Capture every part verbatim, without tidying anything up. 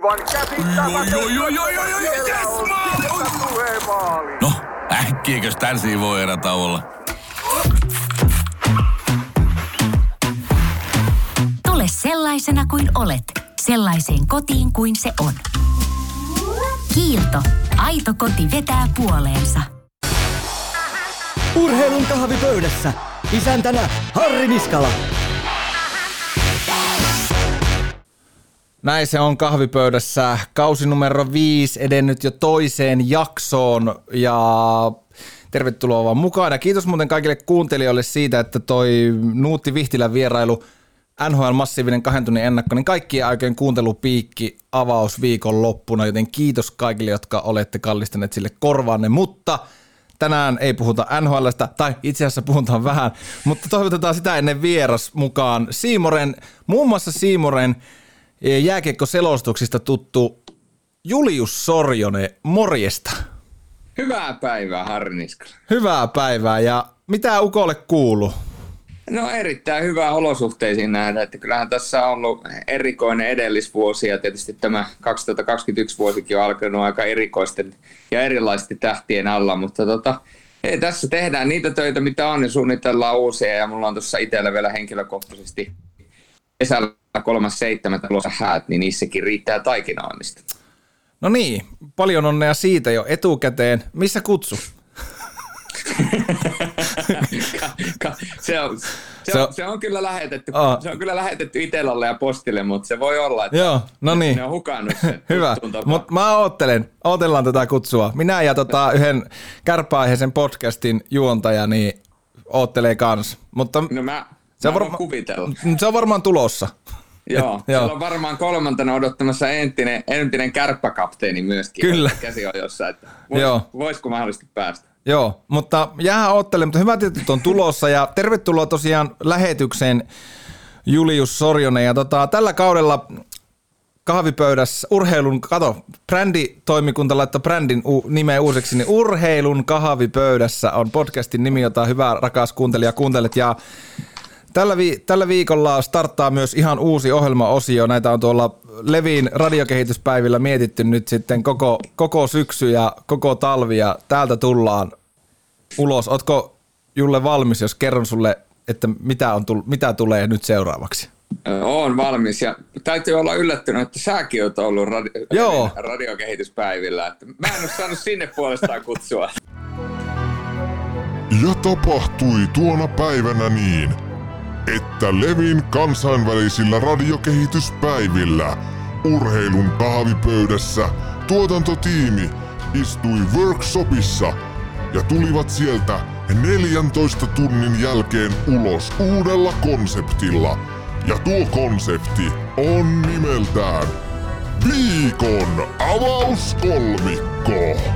Aivan käsittämätöntä. No, äkkiäkös tän voi erä olla? Tule sellaisena kuin olet, sellaiseen kotiin kuin se on. Kiilto. Aito koti vetää puoleensa. Urheilun kahvipöydässä. Isäntänä Harri Niskala. Näin se on kahvipöydässä. Kausi numero viisi edennyt jo toiseen jaksoon ja tervetuloa vaan mukaan. Kiitos muuten kaikille kuuntelijoille siitä, että toi Nuutti Vihtilän vierailu N H L massiivinen kahden tunnin ennakko, niin kaikkien aikojen kuuntelupiikki avaus viikon loppuna, joten kiitos kaikille, jotka olette kallistaneet sille korvaanne, mutta tänään ei puhuta N H L:stä, tai itse asiassa puhutaan vähän, mutta toivotetaan sitä ennen vieras mukaan Siimoren, muun muassa Siimoren jääkiekkoselostuksista tuttu Julius Sorjonen, morjesta. Hyvää päivää, Harri Niskala. Hyvää päivää, ja mitä ukolle kuuluu? No erittäin hyvää olosuhteisiin nähdä, että kyllähän tässä on ollut erikoinen edellisvuosi ja tietysti tämä kaksituhattakaksikymmentäyksi vuosikin on alkanut aika erikoisten ja erilaisesti tähtien alla, mutta tota, ei, tässä tehdään niitä töitä, mitä on, ja suunnitellaan uusia, ja mulla on tuossa itsellä vielä henkilökohtaisesti kesällä kolmas seitsemättä tulossa häät, niin niissäkin riittää taikinaamista. No niin, paljon onnea siitä jo etukäteen. Missä kutsu? se, on, se, se, on, se on kyllä lähetetty, oh. se on kyllä lähetetty Itellalle ja Postille, mutta se voi olla, että joo, no niin. ne on hukannut sen. Hyvä, mutta mä oottelen, ootellaan tätä kutsua. Minä ja tota, yhden kärppäaiheisen podcastin juontaja niin oottelee kans. Mutta no mä, se, mä on varma, kuvitella. Se on varmaan tulossa. Joo, Et, siellä on varmaan kolmantena odottamassa entinen, entinen kärppäkapteeni myöskin. Kyllä. Käsiojossa, että vois, voisiko mahdollisesti päästä. Joo, mutta jää oottelemaan, mutta hyvä tietysti on tulossa ja tervetuloa tosiaan lähetykseen Julius Sorjonen. Ja tota, tällä kaudella kahvipöydässä urheilun, kato, bränditoimikunta laittoi brändin u, nimeä uusiksi, niin urheilun kahvipöydässä on podcastin nimi, jota hyvä rakas kuuntelija kuuntelet. Ja tällä, vi, tällä viikolla starttaa myös ihan uusi ohjelmaosio. Näitä on tuolla Levin radiokehityspäivillä mietitty nyt sitten koko, koko syksy ja koko talvi ja täältä tullaan ulos. Ootko Julle valmis, jos kerron sulle, että mitä, on tull- mitä tulee nyt seuraavaksi? Oon valmis ja täytyy olla yllättynyt, että säkin oot ollut radi- Joo. radiokehityspäivillä. Että mä en ole saanut sinne puolestaan kutsua. Ja tapahtui tuona päivänä niin, että Levin kansainvälisillä radiokehityspäivillä urheilun kahvipöydässä tuotantotiimi istui workshopissa ja tulivat sieltä neljäntoista tunnin jälkeen ulos uudella konseptilla. Ja tuo konsepti on nimeltään Viikon avauskolmikko.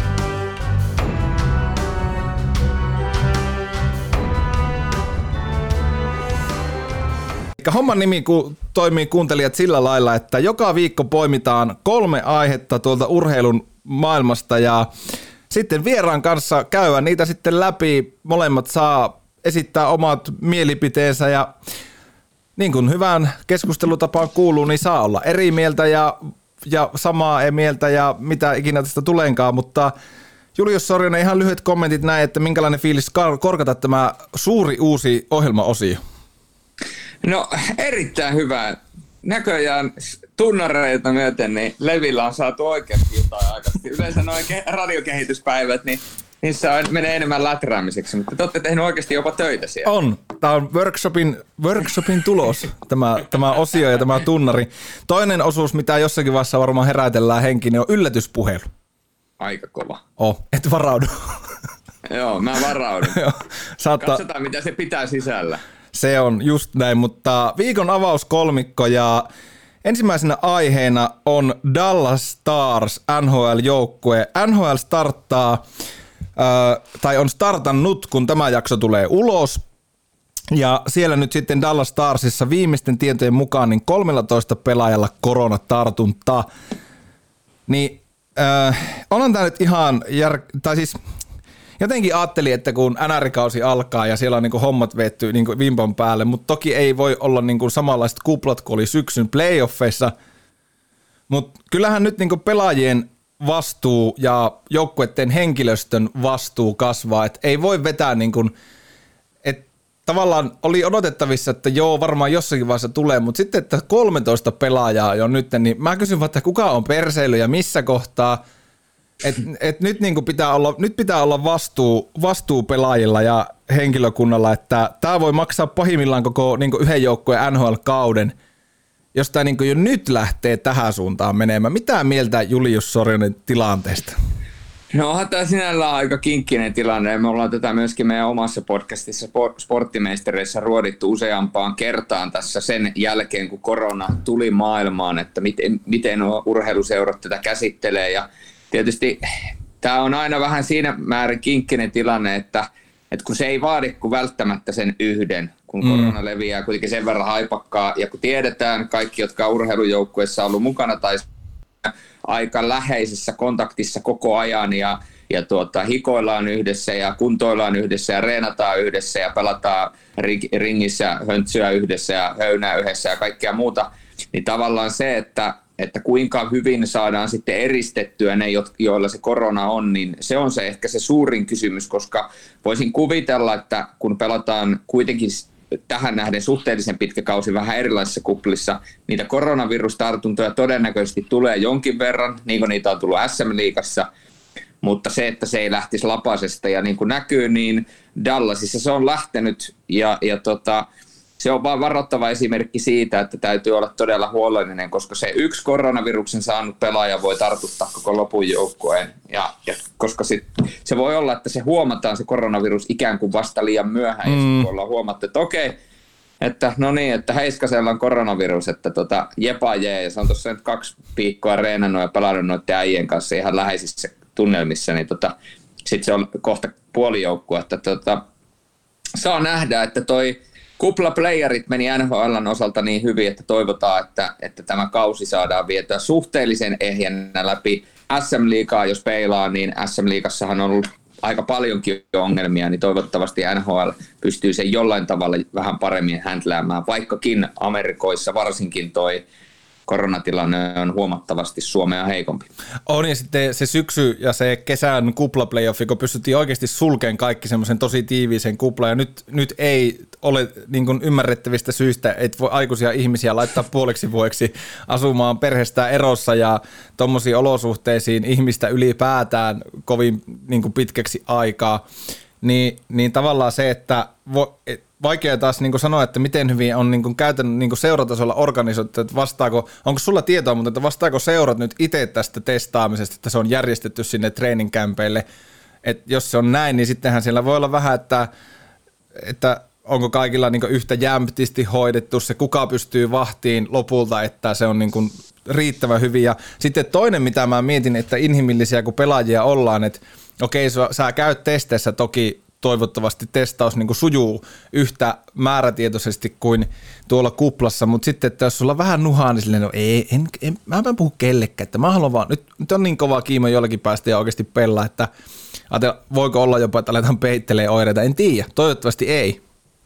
Homman nimi ku, toimii kuuntelijat sillä lailla, että joka viikko poimitaan kolme aihetta tuolta urheilun maailmasta ja sitten vieraan kanssa käydään niitä sitten läpi. Molemmat saa esittää omat mielipiteensä ja niin kuin hyvään keskustelutapaan kuuluu, niin saa olla eri mieltä ja, ja samaa mieltä ja mitä ikinä tästä tuleenkaan, mutta Julius Sorjonen, ihan lyhyet kommentit näin, että minkälainen fiilis korkata tämä suuri uusi ohjelmaosio? No erittäin hyvä. Näköjään tunnareita myöten, niin Levillä on saatu oikeasti jotain aikaisesti. Yleensä noin radiokehityspäivät, niin niissä on, menee enemmän läträämiseksi, mutta te olette tehneet oikeasti jopa töitä siellä. On. Tämä on workshopin, workshopin tulos, tämä, tämä osio ja tämä tunnari. Toinen osuus, mitä jossakin vaiheessa varmaan herätellään henki, niin on yllätyspuhelu. Aika kova. Oh, et varaudu. Joo, mä varaudun. Saattaa... Katsotaan, mitä se pitää sisällä. Se on just näin, mutta viikon avauskolmikko ja ensimmäisenä aiheena on Dallas Stars N H L-joukkue. N H L starttaa, äh, tai on startannut, kun tämä jakso tulee ulos. Ja siellä nyt sitten Dallas Starsissa viimeisten tietojen mukaan niin kolmetoista pelaajalla koronatartunta. Niin äh, onhan tämä nyt ihan, jär... tai siis jotenkin ajattelin, että kun N R-kausi alkaa ja siellä on niinku hommat vetty niinku vimpan päälle, mutta toki ei voi olla niinku samanlaiset kuplat kuin oli syksyn playoffeissa, Mutta kyllähän nyt niinku pelaajien vastuu ja joukkueiden henkilöstön vastuu kasvaa, että ei voi vetää niinku, että tavallaan oli odotettavissa, että joo, varmaan jossakin vaiheessa tulee, mutta sitten, että kolmetoista pelaajaa jo nyt, niin mä kysyn, että kuka on perseily ja missä kohtaa, että et nyt, niinku pitää olla, nyt pitää olla vastuu, vastuu pelaajilla ja henkilökunnalla, että tämä voi maksaa pahimmillaan koko niinku yhden joukkueen N H L-kauden, jos tämä niinku jo nyt lähtee tähän suuntaan menemään. Mitä mieltä Julius Sorjonen tilanteesta? No onhan tämä sinällään aika kinkkinen tilanne. Me ollaan tätä myöskin meidän omassa podcastissa Sporttimeistereissä ruodittu useampaan kertaan tässä sen jälkeen, kun korona tuli maailmaan, että miten, miten urheiluseurat tätä käsittelee. Ja tietysti tämä on aina vähän siinä määrin kinkkinen tilanne, että, että kun se ei vaadi kuin välttämättä sen yhden, kun mm. korona leviää kuitenkin sen verran haipakkaa. Ja kun tiedetään kaikki, jotka on urheilujoukkueessa ollut mukana tai aika läheisessä kontaktissa koko ajan ja, ja tuota, hikoillaan yhdessä ja kuntoillaan yhdessä ja reenataan yhdessä ja pelataan ringissä höntsyä yhdessä ja höynää yhdessä ja kaikkea muuta, niin tavallaan se, että, että kuinka hyvin saadaan sitten eristettyä ne, joilla se korona on, niin se on se ehkä se suurin kysymys, koska voisin kuvitella, että kun pelataan kuitenkin tähän nähden suhteellisen pitkä kausi vähän erilaisissa kuplissa, niitä koronavirustartuntoja todennäköisesti tulee jonkin verran, niin kuin niitä on tullut S M-liigassa, mutta se, että se ei lähtisi lapasesta ja niin kuin näkyy, niin Dallasissa se on lähtenyt ja, ja tota, se on vaan varoittava esimerkki siitä, että täytyy olla todella huolellinen, koska se yksi koronaviruksen saanut pelaaja voi tartuttaa koko lopun joukkueen. Ja, ja koska sit, se voi olla, että se huomataan se koronavirus ikään kuin vasta liian myöhään, mm. ja ollaan huomattu, että okei, että no niin, että Heiskasella on koronavirus, että tota, jepa jee, ja se on tuossa nyt kaksi viikkoa reenannut ja pelannut noiden äijien kanssa ihan läheisissä tunnelmissa, niin tota, sitten se on kohta puolijoukkue, että tota, saa nähdä, että toi kuplaplayerit meni N H L:n osalta niin hyvin, että toivotaan, että, että tämä kausi saadaan vietyä suhteellisen ehjänä läpi. S M-liigaa jos peilaa, niin S M-liigassahan on ollut aika paljonkin ongelmia, niin toivottavasti N H L pystyy sen jollain tavalla vähän paremmin händläämään, vaikkakin Amerikoissa varsinkin toi koronatilanne on huomattavasti Suomea heikompi. On, ja sitten se syksy ja se kesän kuplaplayoffi, kun pystyttiin oikeasti sulkeen kaikki semmoisen tosi tiiviisen kuplan, ja nyt, nyt ei ole niin kuin ymmärrettävistä syistä, että voi aikuisia ihmisiä laittaa puoleksi vuodeksi asumaan perheestään erossa ja tommosiin olosuhteisiin ihmistä ylipäätään kovin niin kuin pitkäksi aikaa, niin, niin tavallaan se, että vo, et, vaikea taas niin kuin sanoa, että miten hyvin on niin kuin käytännön niin kuin seuratasolla organisoitu, että vastaako, onko sulla tietoa, mutta että vastaako seurat nyt itse tästä testaamisesta, että se on järjestetty sinne treeninkämpeille, että jos se on näin, niin sittenhän siellä voi olla vähän, että, että onko kaikilla niin kuin yhtä jämptisti hoidettu se, kuka pystyy vahtiin lopulta, että se on niin kuin riittävän hyvin. Ja sitten toinen, mitä mä mietin, että inhimillisiä kun pelaajia ollaan, että okei, sä käyt testeissä toki, toivottavasti testaus niin kuin sujuu yhtä määrätietoisesti kuin tuolla kuplassa, mutta sitten, että jos sulla on vähän nuhaa, niin silleen, no ei, en, en, mä en puhu kellekään, että mä haluan vaan, nyt, nyt on niin kova kiima jollakin päästä ja oikeasti pelaa, että ajatella, voiko olla jopa, että aletaan peittelee oireita, en tiedä, toivottavasti ei.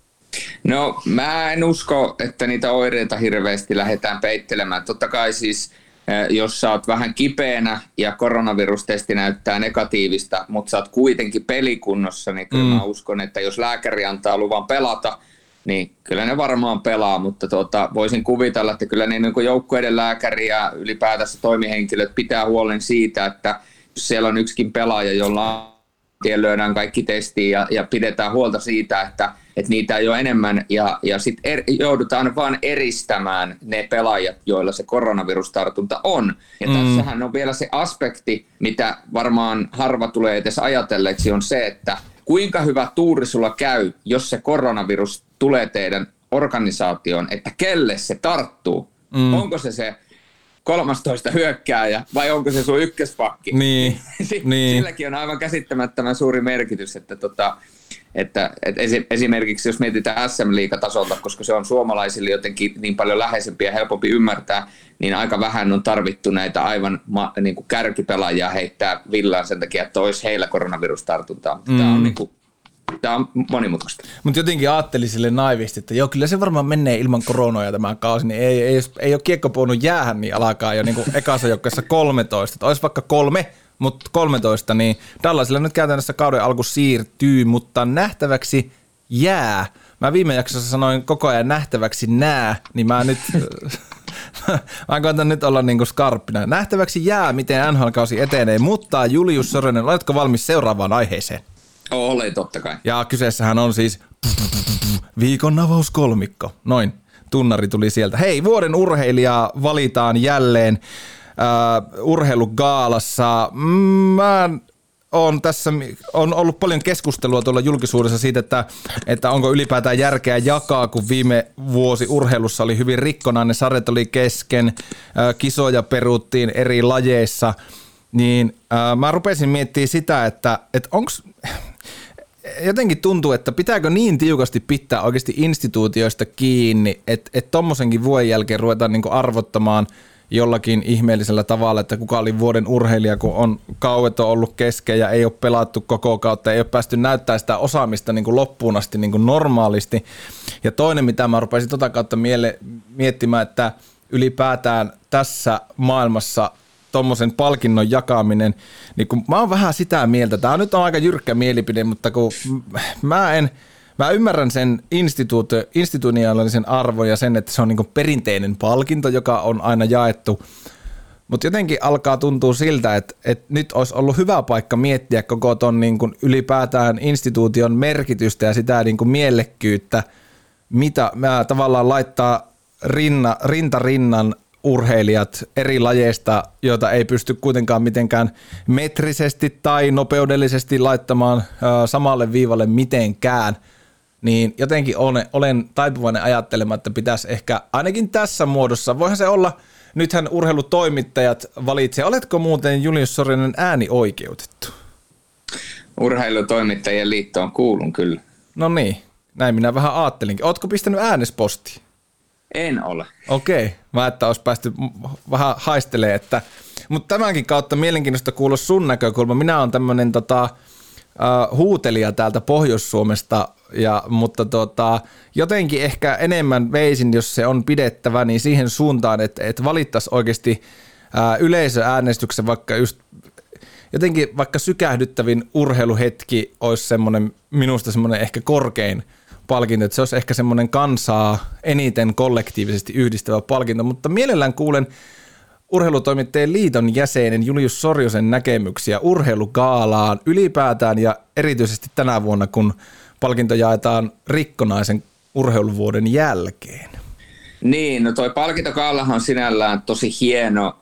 No mä en usko, että niitä oireita hirveästi lähdetään peittelemään, totta kai siis jos sä oot vähän kipeänä ja koronavirustesti näyttää negatiivista, mutta sä oot kuitenkin pelikunnossa, niin kyllä mm. mä uskon, että jos lääkäri antaa luvan pelata, niin kyllä ne varmaan pelaa, mutta tuota, voisin kuvitella, että kyllä niin kuin joukkueiden lääkäri ja ylipäätänsä toimihenkilöt pitää huolen siitä, että jos siellä on yksikin pelaaja, jolla lyödään kaikki testiin ja, ja pidetään huolta siitä, että, että niitä ei ole enemmän ja, ja sitten er, joudutaan vaan eristämään ne pelaajat, joilla se koronavirustartunta on. Ja mm. tässähän on vielä se aspekti, mitä varmaan harva tulee edes ajatelleeksi, on se, että kuinka hyvä tuuri sulla käy, jos se koronavirus tulee teidän organisaatioon, että kelle se tarttuu. Mm. Onko se se kolmastoista hyökkääjä vai onko se sun ykköspakki? Niin, S- niin. Silläkin on aivan käsittämättömän suuri merkitys, että, tota, että, että esimerkiksi jos mietitään S M-liigatasolta, koska se on suomalaisille jotenkin niin paljon läheisempi ja helpompi ymmärtää, niin aika vähän on tarvittu näitä aivan ma, niin kuin kärkipelaajia heittää villaan sen takia, että olisi heillä koronavirustartuntaa. Mm. Tämä on niin kuin tämä on monimutkaista. Mutta jotenkin ajattelin sille naivisti, että joo, kyllä se varmaan menee ilman koronoja tämä kausi, niin ei, ei, ei ole kiekko puhunut jäähän, niin alkaa jo niin ekassa joukkueessa kolmetoista. Että olisi vaikka kolme, mutta kolmetoista, niin Dallasilla nyt käytännössä kauden alku siirtyy, mutta nähtäväksi jää. Mä viime jaksossa sanoin koko ajan nähtäväksi nää, niin mä nyt... Mä koitan nyt olla niinku skarppina. Nähtäväksi jää, miten N H L-kausi etenee, mutta Julius Soronen, oletko valmis seuraavaan aiheeseen? Olen, totta kai. Ja kyseessähän on siis viikon avauskolmikko. Noin, tunnari tuli sieltä. Hei, vuoden urheilija valitaan jälleen uh, urheilugaalassa. Mä on tässä on ollut paljon keskustelua tuolla julkisuudessa siitä, että, että onko ylipäätään järkeä jakaa, kun viime vuosi urheilussa oli hyvin rikkonainen, sarjat oli kesken, kisoja peruttiin eri lajeissa, niin ää, mä rupesin miettimään sitä, että, että onko jotenkin tuntuu, että pitääkö niin tiukasti pitää oikeasti instituutioista kiinni, että, että tommosenkin vuoden jälkeen ruvetaan niin kuin arvottamaan jollakin ihmeellisellä tavalla, että kuka oli vuoden urheilija, kun on kauet on ollut kesken ja ei ole pelattu koko kautta, ei ole päästy näyttämään sitä osaamista niin kuin loppuun asti niin kuin normaalisti. Ja toinen, mitä mä rupesin tota kautta miele- miettimään, että ylipäätään tässä maailmassa tommosen palkinnon jakaminen, niin kun mä oon vähän sitä mieltä, tää nyt on aika jyrkkä mielipide, mutta kun mä en... Mä ymmärrän sen instituutio, institutionaalisen arvon ja sen, että se on niin kuin perinteinen palkinto, joka on aina jaettu, mutta jotenkin alkaa tuntua siltä, että, että nyt olisi ollut hyvä paikka miettiä koko ton niin kuin ylipäätään instituution merkitystä ja sitä niin kuin mielekkyyttä, mitä mä tavallaan laittaa rinna, rinta rinnan urheilijat eri lajeista, joita ei pysty kuitenkaan mitenkään metrisesti tai nopeudellisesti laittamaan samalle viivalle mitenkään, niin jotenkin olen, olen taipuvainen ajattelemaan, että pitäisi ehkä ainakin tässä muodossa, voihan se olla, nythän urheilutoimittajat valitsee, oletko muuten Julius Soronen ääni oikeutettu? Urheilutoimittajien liittoon kuulun kyllä. No niin, näin minä vähän ajattelinkin. Ootko pistänyt äänespostiin? En ole. Okei, mä että olisi päästy vähän haistelemaan, että, mutta tämänkin kautta mielenkiintoista kuulla sun näkökulma. Minä olen tämmöinen tota, uh, huutelija täältä Pohjois-Suomesta, ja, mutta tota, jotenkin ehkä enemmän veisin, jos se on pidettävä, niin siihen suuntaan, että, että valittaisiin oikeasti uh, yleisöäänestyksen vaikka just jotenkin vaikka sykähdyttävin urheiluhetki olisi semmoinen, minusta semmoinen ehkä korkein palkinto, että se olisi ehkä semmoinen kansaa eniten kollektiivisesti yhdistävä palkinto, mutta mielellään kuulen Urheilutoimittajien liiton jäsenen Julius Sorjosen näkemyksiä urheilugaalaan ylipäätään ja erityisesti tänä vuonna, kun palkinto jaetaan rikkonaisen urheiluvuoden jälkeen. Niin, no toi palkintogaalahan on sinällään tosi hieno,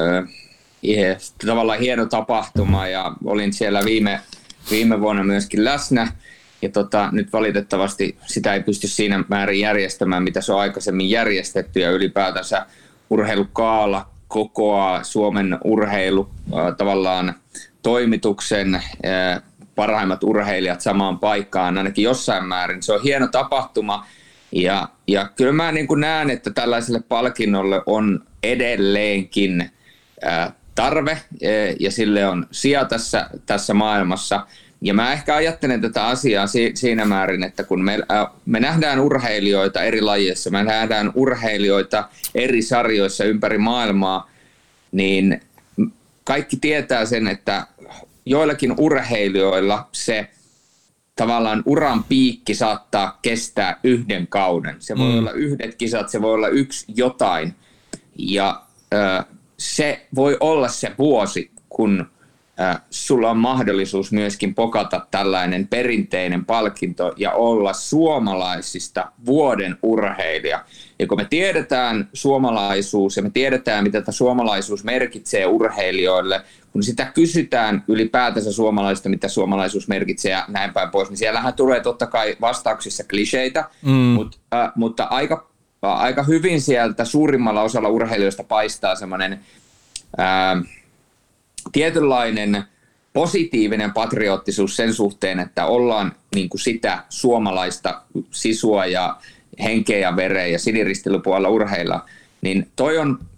äh, tavallaan hieno tapahtuma ja olin siellä viime, viime vuonna myöskin läsnä. Ja tota, nyt valitettavasti sitä ei pysty siinä määrin järjestämään, mitä se on aikaisemmin järjestetty. Ja ylipäätänsä urheilugaala kokoaa Suomen urheilu äh, tavallaan toimituksen äh, parhaimmat urheilijat samaan paikkaan, ainakin jossain määrin. Se on hieno tapahtuma. Ja, ja kyllä mä niin kuin näen, että tällaiselle palkinnolle on edelleenkin äh, tarve äh, ja sille on sija tässä, tässä maailmassa. Ja mä ehkä ajattelen tätä asiaa siinä määrin, että kun me, me nähdään urheilijoita eri lajeissa, me nähdään urheilijoita eri sarjoissa ympäri maailmaa, niin kaikki tietää sen, että joillakin urheilijoilla se tavallaan uran piikki saattaa kestää yhden kauden. Se voi mm. olla yhdet kisat, se voi olla yksi jotain. Ja ö, se voi olla se vuosi, kun sulla on mahdollisuus myöskin pokata tällainen perinteinen palkinto ja olla suomalaisista vuoden urheilija. Ja kun me tiedetään suomalaisuus ja me tiedetään, mitä tämä suomalaisuus merkitsee urheilijoille, kun sitä kysytään ylipäätänsä suomalaisista, mitä suomalaisuus merkitsee ja näin päin pois, niin siellähän tulee totta kai vastauksissa kliseitä, mm. mutta, äh, mutta aika, äh, aika hyvin sieltä suurimmalla osalla urheilijoista paistaa semmoinen Äh, tietynlainen positiivinen patriottisuus sen suhteen, että ollaan niin kuin sitä suomalaista sisua ja henkeä ja vereä ja siniristilupuolella urheilla, niin toi on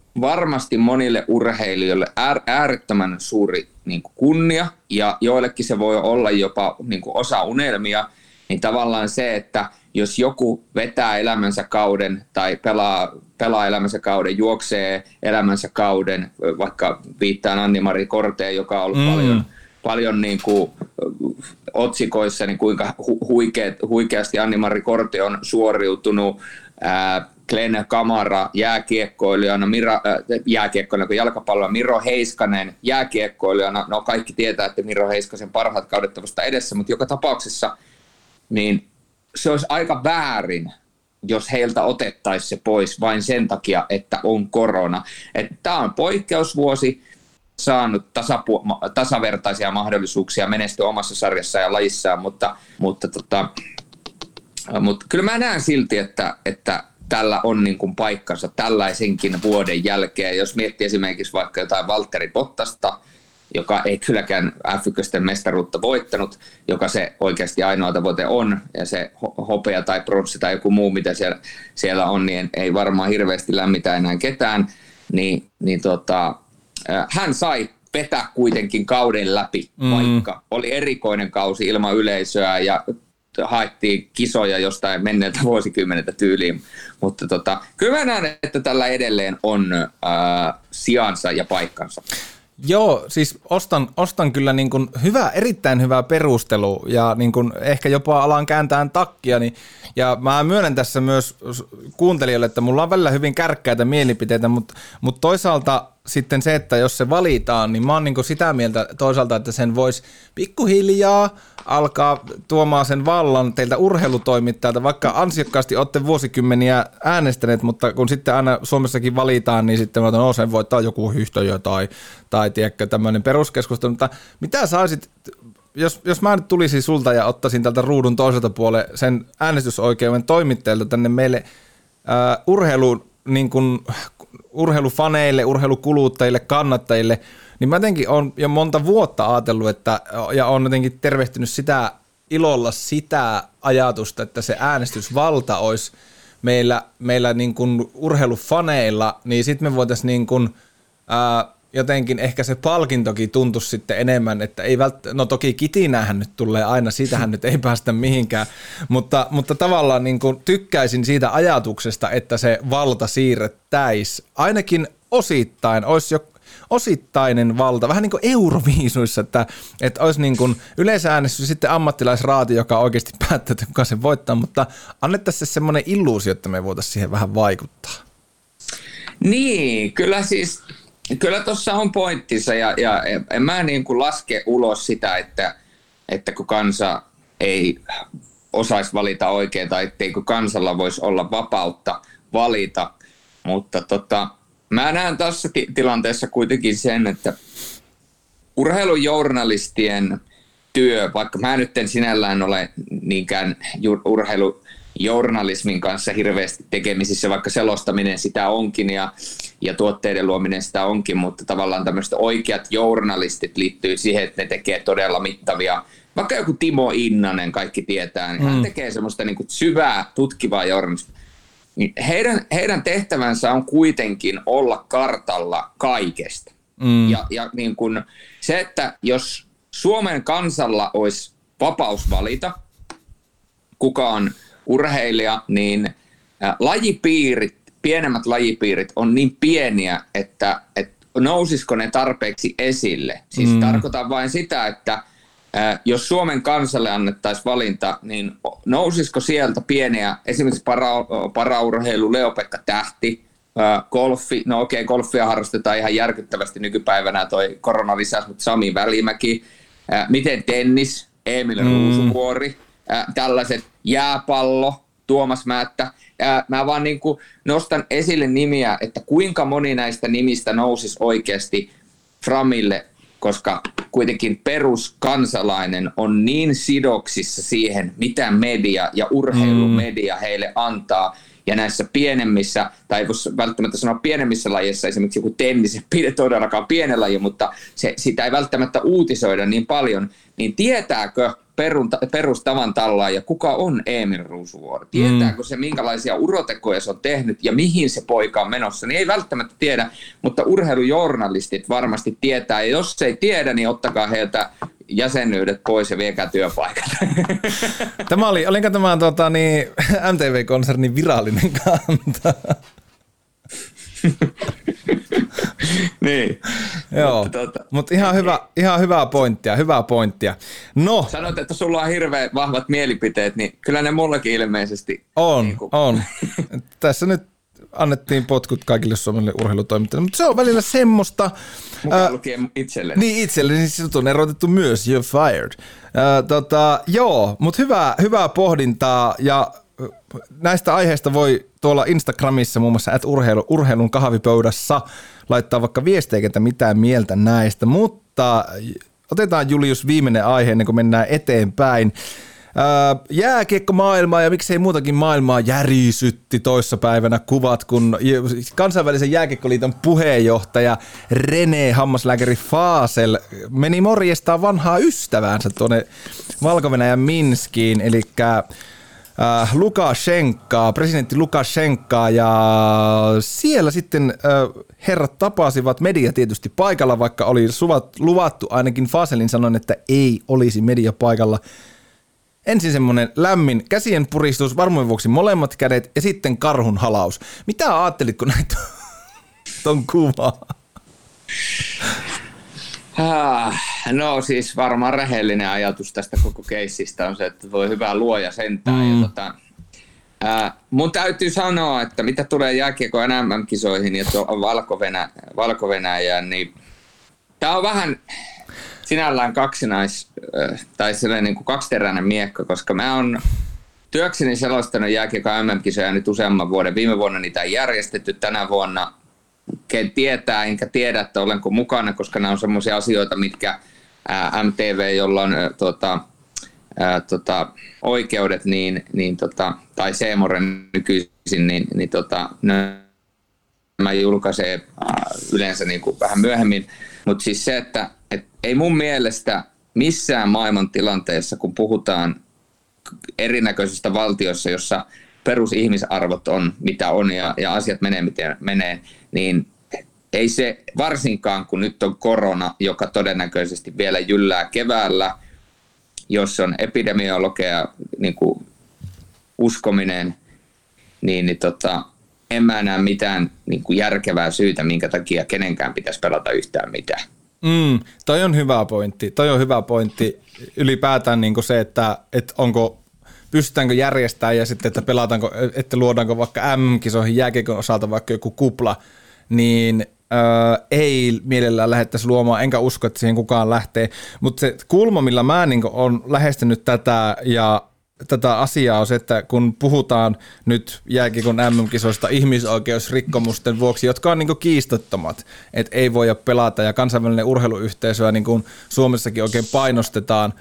varmasti monille urheilijoille äärettömän suuri niin kuin kunnia, ja joillekin se voi olla jopa niin kuin osa unelmia, niin tavallaan se, että jos joku vetää elämänsä kauden tai pelaa, pelaa elämänsä kauden, juoksee elämänsä kauden, vaikka viittaan Anni-Mari Korteen, joka on ollut mm. paljon, paljon niin kuin otsikoissa, niin kuinka hu- huikeat, huikeasti Anni-Mari Korte on suoriutunut, ää, Glenn Kamara jääkiekkoilijana, Mira, äh, jääkiekkoilijana, jalkapalloa, Miro Heiskanen jääkiekkoilijana. No kaikki tietää, että Miro Heiskasen parhaat kaudet ovat vasta edessä, mutta joka tapauksessa niin se olisi aika väärin, jos heiltä otettaisiin se pois vain sen takia, että on korona. Tämä on poikkeusvuosi, saanut tasapu- tasavertaisia mahdollisuuksia menestyä omassa sarjassaan ja lajissaan, mutta, mutta, tota, mutta kyllä mä näen silti, että, että tällä on niin kuin paikkansa tällaisenkin vuoden jälkeen. Jos miettii esimerkiksi vaikka jotain Valtteri Bottasta, joka ei kylläkään F yksi mestaruutta voittanut, joka se oikeasti ainoa tavoite on, ja se hopea tai pronssi tai joku muu, mitä siellä, siellä on, niin ei varmaan hirveästi lämmitä enää ketään, niin, niin tota, hän sai vetää kuitenkin kauden läpi, mm. vaikka oli erikoinen kausi ilman yleisöä, ja haettiin kisoja jostain menneeltä vuosikymmeneltä tyyliin, mutta tota, kyllä mä näen, että tällä edelleen on äh, sijansa ja paikkansa. Joo, siis ostan, ostan kyllä niin kuin hyvä, erittäin hyvä perustelu ja niin kuin ehkä jopa alan kääntää takkia. Niin, ja mä myönnän tässä myös kuuntelijoille, että mulla on välillä hyvin kärkkäitä mielipiteitä, mutta, mutta toisaalta sitten se, että jos se valitaan, niin mä oon niin kuin sitä mieltä toisaalta, että sen voisi pikkuhiljaa alkaa tuomaan sen vallan teiltä urheilutoimittajalta, vaikka ansiokkaasti olette vuosikymmeniä äänestäneet, mutta kun sitten aina Suomessakin valitaan, niin sitten mä otan, no sen voittaa joku Hyhtöjö tai, tai tiedätkö, tämmöinen peruskeskustelu, mutta mitä saisit, jos, jos mä nyt tulisin sulta ja ottaisin tältä ruudun toiselta puolelle sen äänestysoikeuden toimittajalta tänne meille ää, urheiluun, niin kuin urheilufaneille, urheilukuluttajille, kannattajille, niin mä jotenkin olen jo monta vuotta ajatellut, että, ja olen jotenkin tervehtynyt sitä ilolla sitä ajatusta, että se äänestysvalta olisi meillä, meillä niin kuin urheilufaneilla, niin sitten me voitaisiin niin kuin, ää, jotenkin ehkä se palkintokin tuntuisi sitten enemmän, että ei välttämättä, no toki kitinähän nyt tulee aina, siitähän nyt ei päästä mihinkään, mutta, mutta tavallaan niin kuin tykkäisin siitä ajatuksesta, että se valta siirrettäisiin, ainakin osittain, olisi jo osittainen valta, vähän niin kuin Euroviisuissa, että, että olisi niin kuin yleisäänestys sitten ammattilaisraati, joka oikeasti päättää, että kuka sen voittaa, mutta annettaisiin se semmoinen illuusio, että me voitaisiin siihen vähän vaikuttaa. Niin, kyllä siis Kyllä tuossa on pointtinsa ja, ja en mä niin kuin laske ulos sitä, että, että kun kansa ei osaisi valita oikein tai etteikö kansalla voisi olla vapautta valita, mutta tota, mä näen tässä ti- tilanteessa kuitenkin sen, että urheilujournalistien työ, vaikka mä nyt en sinällään ole niinkään urheilujournalismin kanssa hirveästi tekemisissä, vaikka selostaminen sitä onkin ja, ja tuotteiden luominen sitä onkin, mutta tavallaan tämmöiset oikeat journalistit liittyy siihen, että ne tekee todella mittavia, vaikka joku Timo Innanen, kaikki tietää, niin mm. hän tekee semmoista niin kuin syvää tutkivaa journalismia. Heidän, heidän tehtävänsä on kuitenkin olla kartalla kaikesta. Mm. Ja, ja niin kuin se, että jos Suomen kansalla olisi vapaus valita, kuka on urheilija, niin lajipiirit, pienemmät lajipiirit on niin pieniä, että, että nousisiko ne tarpeeksi esille. Siis mm. tarkoitan vain sitä, että jos Suomen kansalle annettaisiin valinta, niin nousisiko sieltä pieniä, esimerkiksi para, paraurheilu, Leo-Pekka Tähti, golfi, no okei, okay, golfia harrastetaan ihan järkyttävästi nykypäivänä, toi korona lisäsi, mutta Sami Välimäki, miten tennis, Emil mm. Ruusuvuori, tällaiset jääpallo, Tuomas Määttä. Mä vaan niin kuin nostan esille nimiä, että kuinka moni näistä nimistä nousisi oikeasti framille, koska kuitenkin peruskansalainen on niin sidoksissa siihen, mitä media ja urheilumedia heille antaa. Ja näissä pienemmissä, tai ei voi välttämättä sanoa pienemmissä lajeissa, esimerkiksi joku tennis, ei todellakaan pienen laji, mutta se, sitä ei välttämättä uutisoida niin paljon, niin tietääkö perustavan tallaan ja kuka on Emil Ruusuvuori. Tietääkö se, minkälaisia urotekoja se on tehnyt ja mihin se poika on menossa, niin ei välttämättä tiedä, mutta urheilujournalistit varmasti tietää. Ja jos ei tiedä, niin ottakaa heiltä jäsenyydet pois ja viekää työpaikat. Tämä oli, olinko tämä tota, niin, M T V-konsernin virallinen kanta? Niin. Joo, mutta, tota, mut ihan, hyvä, ihan hyvää pointtia, hyvää pointtia. No. Sanoit, että sulla on hirveän vahvat mielipiteet, niin kyllä ne mullakin ilmeisesti. On, niin kuin... on. Tässä nyt annettiin potkut kaikille Suomelle urheilutoimittajille, mutta se on välillä semmoista. Mukaan lukien itselleni. Niin itselleni, niin sinut on erotettu myös, you're fired. Ää, tota, joo, mutta hyvää, hyvää pohdintaa ja näistä aiheista voi tuolla Instagramissa muun muassa at urheilu, urheilun kahvipöydässä laittaa vaikka viestejä, että mitään mieltä näistä, mutta otetaan Julius viimeinen aihe ennen kuin mennään eteenpäin. Jääkiekkomaailmaa ja miksei muutakin maailmaa järisytti toissapäivänä kuvat, kun kansainvälisen jääkiekkoliiton puheenjohtaja René Hammaslääkäri Fasel meni morjestaan vanhaa ystäväänsä tuonne Valko-Venäjän Minskiin, eli äh, Lukashenkaa, presidentti Lukashenkaa, ja siellä sitten äh, herrat tapasivat, media tietysti paikalla, vaikka oli suvat, luvattu ainakin Faselin sanon, että ei olisi media paikalla. Ensin semmoinen lämmin käsien puristus, varmuuden vuoksi molemmat kädet ja sitten karhun halaus. Mitä ajattelit, kun näitä ton kuvaa? Ah, no siis varmaan rehellinen ajatus tästä koko keissistä on se, että voi hyvää luoja sentään. Mm. Ja tota, ää, mun täytyy sanoa, että mitä tulee jääkiekon M M-kisoihin ja Valko-Venä, Valko-Venäjään, niin tää on vähän sinällään kaksinais, tai sellainen niin kuin kaksiteräinen miekka, koska mä oon työkseni selostanut jääkiekon M M-kisoja nyt useamman vuoden. Viime vuonna niitä ei järjestetty, tänä vuonna ken tietää, enkä tiedä, että olenko mukana, koska nämä on semmoisia asioita, mitkä ää, M T V, jolla on ää, tota, ää, tota, oikeudet, niin, niin, tota, tai C M O R nykyisin, niin, niin tota, nämä julkaisee ää, yleensä niin kuin vähän myöhemmin. Mutta siis se, että et ei mun mielestä missään maailman tilanteessa, kun puhutaan erinäköisistä valtioissa, jossa perusihmisarvot on mitä on ja, ja asiat menee miten menee, niin ei se varsinkaan, kun nyt on korona, joka todennäköisesti vielä jyllää keväällä, jos on epidemiologia niin kuin uskominen, niin, niin tota, en mä näe mitään niin kuin järkevää syytä, minkä takia kenenkään pitäisi pelata yhtään mitään. Mm, toi on hyvä pointti. Toi on hyvä pointti. Ylipäätään niin kuin se, että, että onko, pystytäänkö järjestämään ja sitten, että pelataanko, että luodaanko vaikka M-kisoihin jääkiekon osalta vaikka joku kupla, niin öö, ei mielellään lähdettäisi luomaan, enkä usko, että siihen kukaan lähtee. Mutta se kulma, millä mä niin kuin olen lähestynyt tätä ja tätä asiaa on se, että kun puhutaan nyt jääkiekon M M-kisoista ihmisoikeusrikkomusten vuoksi, jotka on niin kuin kiistattomat, että ei voida pelata ja kansainvälinen urheiluyhteisöä niin kuin Suomessakin oikein painostetaan.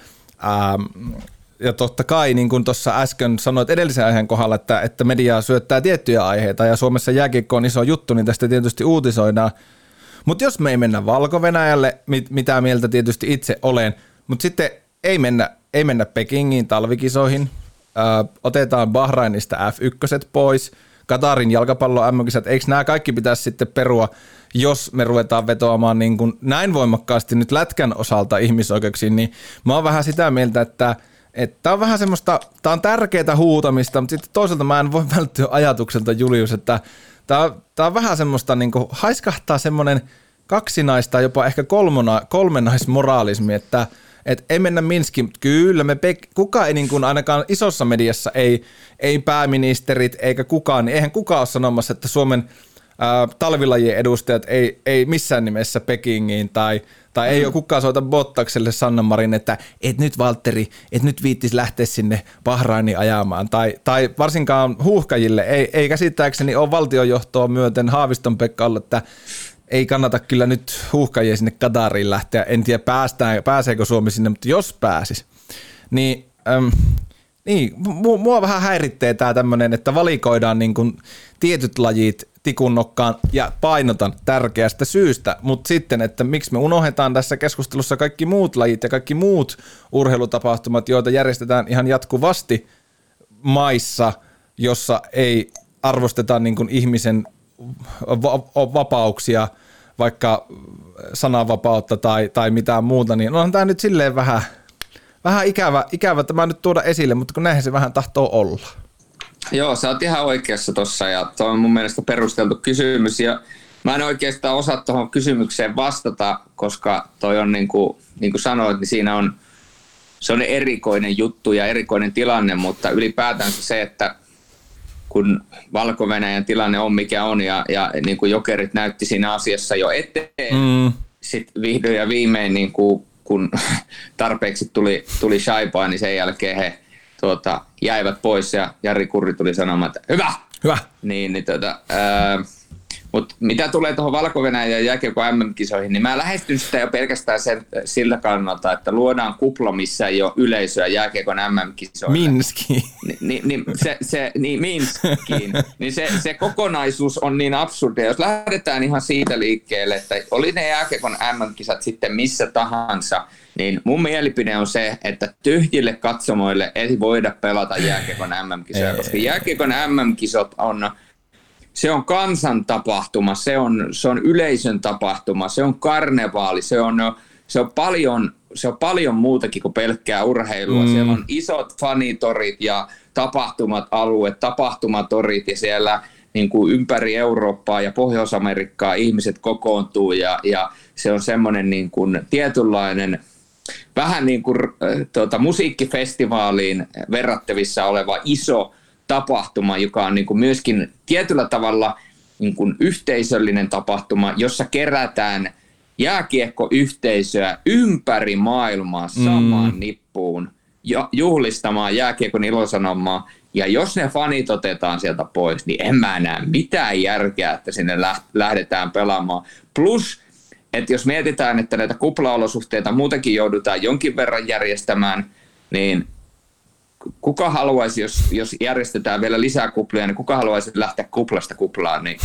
Ähm, ja totta kai, niin kuin tuossa äsken sanoit edellisen aiheen kohdalla, että, että media syöttää tiettyjä aiheita ja Suomessa jääkiekko on iso juttu, niin tästä tietysti uutisoidaan. Mutta jos me ei mennä Valko-Venäjälle, mit, mitä mieltä tietysti itse olen, mutta sitten ei mennä Ei mennä Pekingiin talvikisoihin, Ö, otetaan Bahrainista F yksi pois, Katarin jalkapallo M M-kisat, eikö nämä kaikki pitäisi sitten perua, jos me ruvetaan vetoamaan niin kuin näin voimakkaasti nyt lätkän osalta ihmisoikeuksiin, niin mä oon vähän sitä mieltä, että tämä on vähän semmoista, tämä on tärkeää huutamista, mutta sitten toisaalta mä en voi välttyä ajatukselta, Julius, että tämä on, on vähän semmoista, niin kuin haiskahtaa semmoinen kaksinaista, jopa ehkä kolmona, kolmenaismoraalismi, että että ei mennä Minskiin, mutta kyllä me pek- kukaan ei niin kuin ainakaan isossa mediassa, ei, ei pääministerit eikä kukaan, niin eihän kukaan ole sanomassa, että Suomen ää, talvilajien edustajat ei, ei missään nimessä Pekingiin tai, tai mm-hmm. ei ole kukaan soita Bottakselle Sanna Marin, että et nyt Valtteri, et nyt viittisi lähteä sinne Bahrainiin ajamaan tai, tai varsinkaan huuhkajille, ei, ei käsittääkseni ole valtionjohtoa myöten Haaviston Pekka ollut, että ei kannata kyllä nyt huuhkajia sinne Katariin lähteä. En tiedä, päästään, pääseekö Suomi sinne, mutta jos pääsis, niin äm, Niin, mua vähän häiritsee tää tämmönen, että valikoidaan niin kuin tietyt lajit tikun nokkaan ja painotan tärkeästä syystä, mutta sitten, että miksi me unohdetaan tässä keskustelussa kaikki muut lajit ja kaikki muut urheilutapahtumat, joita järjestetään ihan jatkuvasti maissa, jossa ei arvosteta niin kuin ihmisen va- vapauksia, vaikka sananvapautta tai, tai mitään muuta, niin onhan tämä nyt silleen vähän, vähän ikävä, ikävä tämä nyt tuoda esille, mutta kun näinhän se vähän tahtoo olla. Joo, sä oot ihan oikeassa tossa ja tuo on mun mielestä perusteltu kysymys ja mä en oikeastaan osaa tuohon kysymykseen vastata, koska toi on niin kuin, niin kuin sanoit, niin siinä on, se on erikoinen juttu ja erikoinen tilanne, mutta ylipäätään se, että kun Valko-Venäjän tilanne on mikä on ja, ja niin kuin Jokerit näytti siinä asiassa jo eteen, mm. sitten vihdoin ja viimein niin kuin, kun tarpeeksi tuli, tuli shaipaa, niin sen jälkeen he tuota, jäivät pois ja Jari Kurri tuli sanomaan, että hyvä! Hyvä! Niin, niin tuota, ää, mutta mitä tulee tuohon Valko-Venäjän ja jääkiekon M M-kisoihin, niin mä lähestyn sitä jo pelkästään sen, sillä kannalta, että luodaan kupla, missä ei ole yleisöä jääkiekon M M-kisoille. Minskiin. Ni, ni, niin, se, se, niin, Minskiin. niin se, se kokonaisuus on niin absurdia. Jos lähdetään ihan siitä liikkeelle, että oli ne jääkiekon M M-kisat sitten missä tahansa, niin mun mielipide on se, että tyhjille katsomoille ei voida pelata jääkiekon M M-kisoja, koska jääkiekon M M-kisot on... Se on kansantapahtuma, se on, se on yleisön tapahtuma, se on karnevaali, se on, se on, paljon, se on paljon muutakin kuin pelkkää urheilua. Mm. Siellä on isot fanitorit ja tapahtumat, alueet, tapahtumatorit ja siellä niin kuin ympäri Eurooppaa ja Pohjois-Amerikkaa ihmiset kokoontuu ja, ja se on semmoinen niin kuin tietynlainen, vähän niin kuin tuota, musiikkifestivaaliin verrattavissa oleva iso tapahtuma, joka on niin kuin myöskin tietyllä tavalla niin kuin yhteisöllinen tapahtuma, jossa kerätään jääkiekkoyhteisöä ympäri maailmaa samaan mm. nippuun ja juhlistamaan jääkiekon ilosanomaa. Ja jos ne fanit otetaan sieltä pois, niin en mä näe mitään järkeä, että sinne lähdetään pelaamaan. Plus, että jos mietitään, että näitä kuplaolosuhteita muutenkin joudutaan jonkin verran järjestämään, niin kuka haluaisi, jos, jos järjestetään vielä lisää kuplia, niin kuka haluaisi lähteä kuplasta kuplaan? Niin.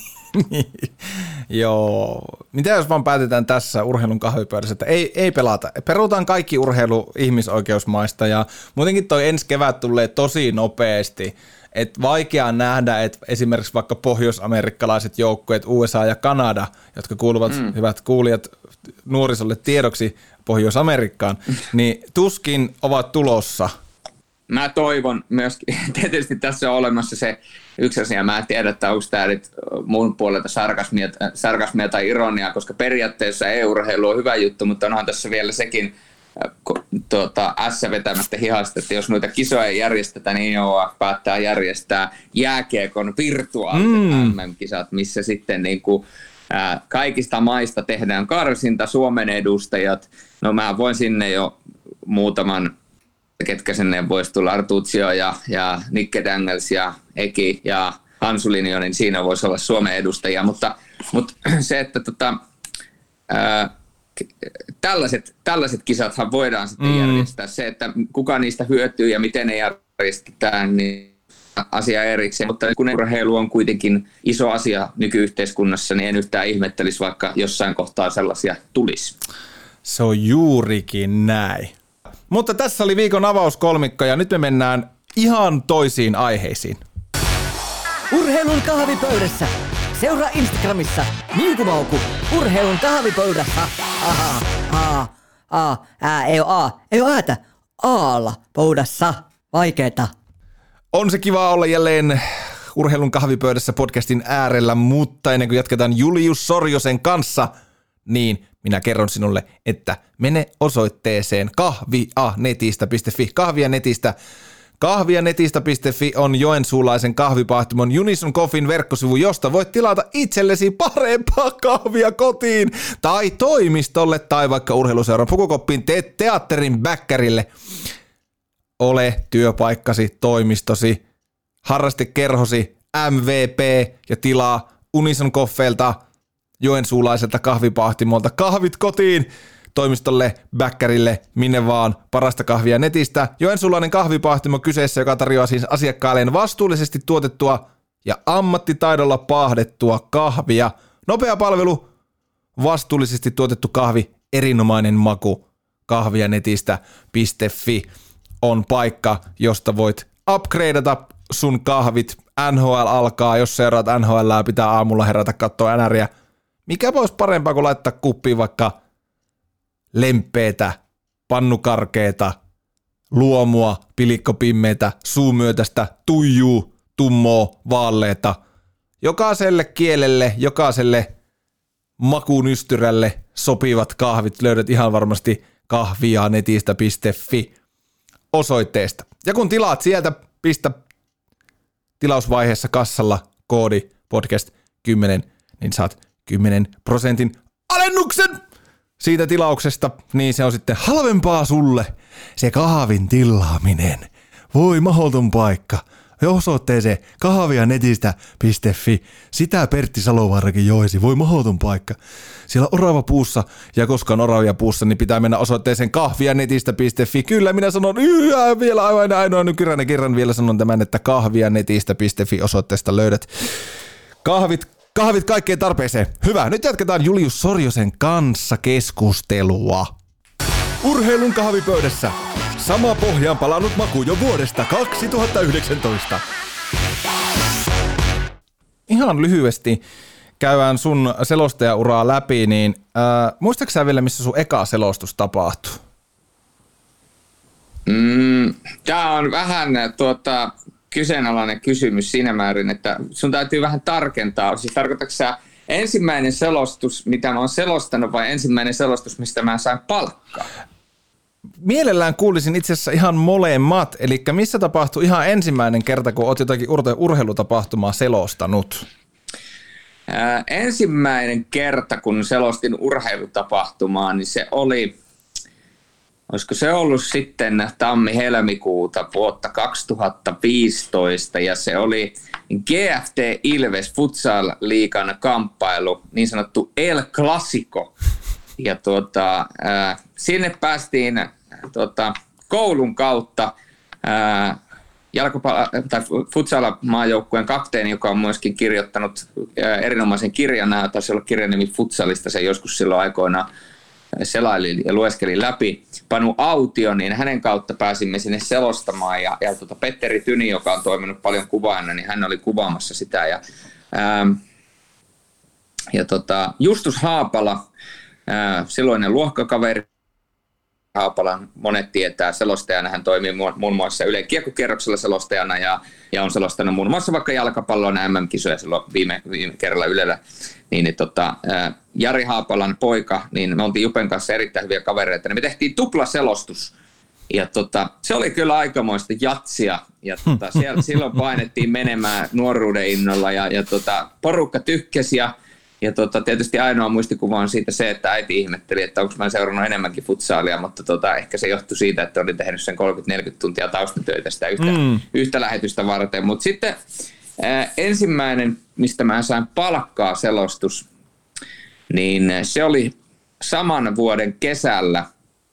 Joo. Mitä jos vaan päätetään tässä urheilun kahvipöydässä, että ei, ei pelata. Perutaan kaikki urheilu ihmisoikeusmaista ja muutenkin toi ensi kevät tulee tosi nopeasti. Et vaikea nähdä, että esimerkiksi vaikka pohjois-amerikkalaiset joukkueet U S A ja Kanada, jotka kuuluvat, mm. hyvät kuulijat, nuorisolle tiedoksi Pohjois-Amerikkaan, niin tuskin ovat tulossa. Mä toivon myöskin, tietysti tässä on olemassa se yksi asia, mä en tiedä, että onko tämä nyt mun puolelta sarkasmia, sarkasmia tai ironiaa, koska periaatteessa e-urheilu on hyvä juttu, mutta onhan tässä vielä sekin tuota, ässä vetämättä hihasta, että jos noita kisoja ei järjestetä, niin O A F päättää järjestää jääkiekon virtuaaliset mm. M M-kisat, missä sitten niin kuin, ää, kaikista maista tehdään karsinta, Suomen edustajat, no mä voin sinne jo muutaman ketkä sinne voisi tulla, Artuzio ja, ja Nikke Dangels ja Eki ja Hansulinjo, niin siinä voisi olla Suomen edustajia, mutta, mutta se, että tota, ää, tällaiset, tällaiset kisathan voidaan sitten mm. järjestää. Se, että kuka niistä hyötyy ja miten ne järjestetään, niin asia erikseen, mutta kun urheilu on kuitenkin iso asia nykyyhteiskunnassa, niin en yhtään ihmettelisi, vaikka jossain kohtaa sellaisia tulisi. Se on juurikin näin. Mutta tässä oli viikon avauskolmikko ja nyt me mennään ihan toisiin aiheisiin. Urheilun kahvipöydässä. Seuraa Instagramissa Minkumauku urheilun kahvipöydässä. Aha, a, a, ää, ei oo a, ei oo äätä. Aalla pöydässä. Vaikeeta. On se kiva olla jälleen urheilun kahvipöydässä podcastin äärellä, mutta ennen kuin jatketaan Julius Sorjosen kanssa, niin minä kerron sinulle, että mene osoitteeseen kahvianetistä piste fi. Kahvianetistä. Kahvianetistä piste fi on joensuulaisen kahvipahtimon Unison Coffeen verkkosivu, josta voit tilata itsellesi parempaa kahvia kotiin tai toimistolle tai vaikka urheiluseuran pukukoppiin, teet teatterin bäkkärille. Ole työpaikkasi, toimistosi, harrastekerhosi, M V P ja tilaa Unison Coffeelta, joensuulaiselta kahvipahtimolta kahvit kotiin toimistolle, bäkkärille, minne vaan, parasta kahvia netistä. Joensuulainen kahvipahtimo kyseessä, joka tarjoaa siis asiakkailleen vastuullisesti tuotettua ja ammattitaidolla paahdettua kahvia. Nopea palvelu, vastuullisesti tuotettu kahvi, erinomainen maku. kahvianetistä piste fi on paikka, josta voit upgradeata sun kahvit. N H L alkaa, jos seuraat N H L:ää, pitää aamulla herätä katsoa N R:ää. Mikä voisi parempaa kuin laittaa kuppiin vaikka lempeetä, pannukarkeeta, luomua, pilikkopimmeitä, suumyötästä, tuijuu, tummoa, vaaleeta. Jokaiselle kielelle, jokaiselle makunystyrelle sopivat kahvit löydät ihan varmasti kahvianetistä piste fi osoitteesta. Ja kun tilaat sieltä, pistä tilausvaiheessa kassalla koodi podcast kymmenen, niin saat kymmenen prosentin alennuksen siitä tilauksesta, niin se on sitten halvempaa sulle se kahvin tilaaminen. Voi mahdoton paikka. Osoitteeseen kahvianetistä piste fi. Sitä Pertti Salovaarakin joisi. Voi mahdoton paikka. Siellä orava puussa, ja koska on oravia puussa, niin pitää mennä osoitteeseen kahvianetistä piste fi. Kyllä minä sanon yhä vielä aivan ainoa nykyinen kerran vielä sanon tämän, että kahvianetistä piste fi osoitteesta löydät kahvit, kahvit kaikkeen tarpeeseen. Hyvä, nyt jatketaan Julius Sorjosen kanssa keskustelua. Urheilun kahvipöydässä. Sama pohjaan palannut maku jo vuodesta kaksituhattayhdeksäntoista. Ihan lyhyesti käydään sun selostajauraa läpi, niin äh, muistatko sä vielä, missä sun eka selostus tapahtui? Mm, Tämä on vähän tuota, kyseenalainen kysymys siinä määrin, että sun täytyy vähän tarkentaa. Siis tarkoitatko sä ensimmäinen selostus, mitä mä oon selostanut, vai ensimmäinen selostus, mistä mä sain palkkaa? Mielellään kuulisin itse asiassa ihan molemmat, eli missä tapahtui ihan ensimmäinen kerta, kun olet jotakin urheilutapahtumaa selostanut? Ää, ensimmäinen kerta, kun selostin urheilutapahtumaa, niin se oli, olisiko se ollut sitten tammi-helmikuuta vuotta kaksituhattaviisitoista, ja se oli G F T Ilves Futsal-liigan kamppailu, niin sanottu El Clasico. Ja tuota, ää, sinne päästiin tuota, koulun kautta ää, jalkapallo- tai futsal-maajoukkueen kapteeni, joka on myöskin kirjoittanut ää, erinomaisen kirjan, nämä taisi olla kirjan nimi Futsalista, se joskus silloin aikoinaan selailin ja lueskelin läpi, Panu Autio, niin hänen kautta pääsimme sinne selostamaan, ja, ja tuota, Petteri Tyni, joka on toiminut paljon kuvaajana, niin hän oli kuvaamassa sitä, ja, ää, ja tota, Justus Haapala, ää, silloinen luokkakaveri, Haapalan monet tietää selostajana, hän toimii muun muassa Ylen kiekkokierroksella selostajana ja, ja on selostanut muun muassa vaikka jalkapallon M M-kisoja silloin viime, viime kerralla Ylellä. Niin, niin tota, ää, Jari Haapalan poika, niin me oltiin Jupen kanssa erittäin hyviä kavereita, niin me tehtiin tuplaselostus. Ja tota, se oli kyllä aikamoista jatsia, ja tota, siellä, silloin painettiin menemään nuoruuden innolla, ja, ja tota, porukka tykkäsi, ja Ja tota, tietysti ainoa muistikuva on siitä se, että äiti ihmetteli, että onko mä seurannut enemmänkin futsaalia, mutta tota, ehkä se johtui siitä, että olin tehnyt sen kolmekymmentä neljäkymmentä tuntia taustatöitä sitä yhtä, mm. yhtä lähetystä varten. Mutta sitten ää, ensimmäinen, mistä mä sain palkkaa selostus, niin se oli saman vuoden kesällä.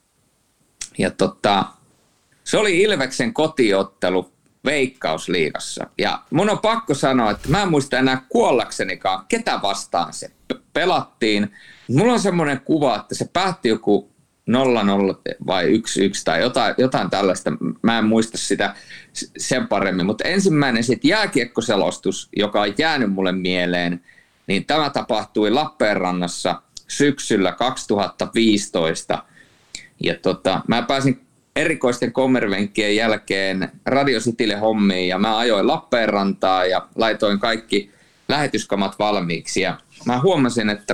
Ja tota, se oli Ilveksen kotiottelu Veikkausliigassa. Ja mun on pakko sanoa, että mä en muista enää kuollaksenikaan, ketä vastaan se pelattiin. Mulla on semmoinen kuva, että se päätti joku nolla nolla vai yksi yksi tai jotain, jotain tällaista. Mä en muista sitä sen paremmin. Mutta ensimmäinen sitten jääkiekkoselostus, joka on jäänyt mulle mieleen, niin tämä tapahtui Lappeenrannassa syksyllä kaksituhattaviisitoista. Ja tota, mä pääsin erikoisten kommervenkkien jälkeen Radio Citylle hommiin, ja mä ajoin Lappeenrantaa ja laitoin kaikki lähetyskamat valmiiksi, ja mä huomasin, että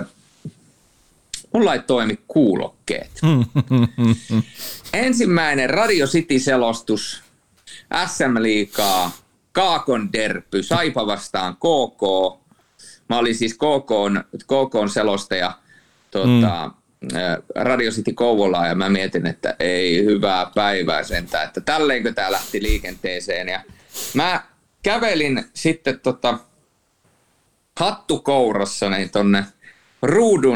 mulla ei toimi kuulokkeet. Ensimmäinen Radio City-selostus, S M-liigaa, Kaakon derby, Saipa vastaan K K. Mä olin siis KKn, KKn selostaja tuota, mm. Radio City Kouvolaa, ja mä mietin, että ei hyvää päivää sentään, että tälleenkö tää lähti liikenteeseen. Ja mä kävelin sitten tota hattu kourassani tonne ruudun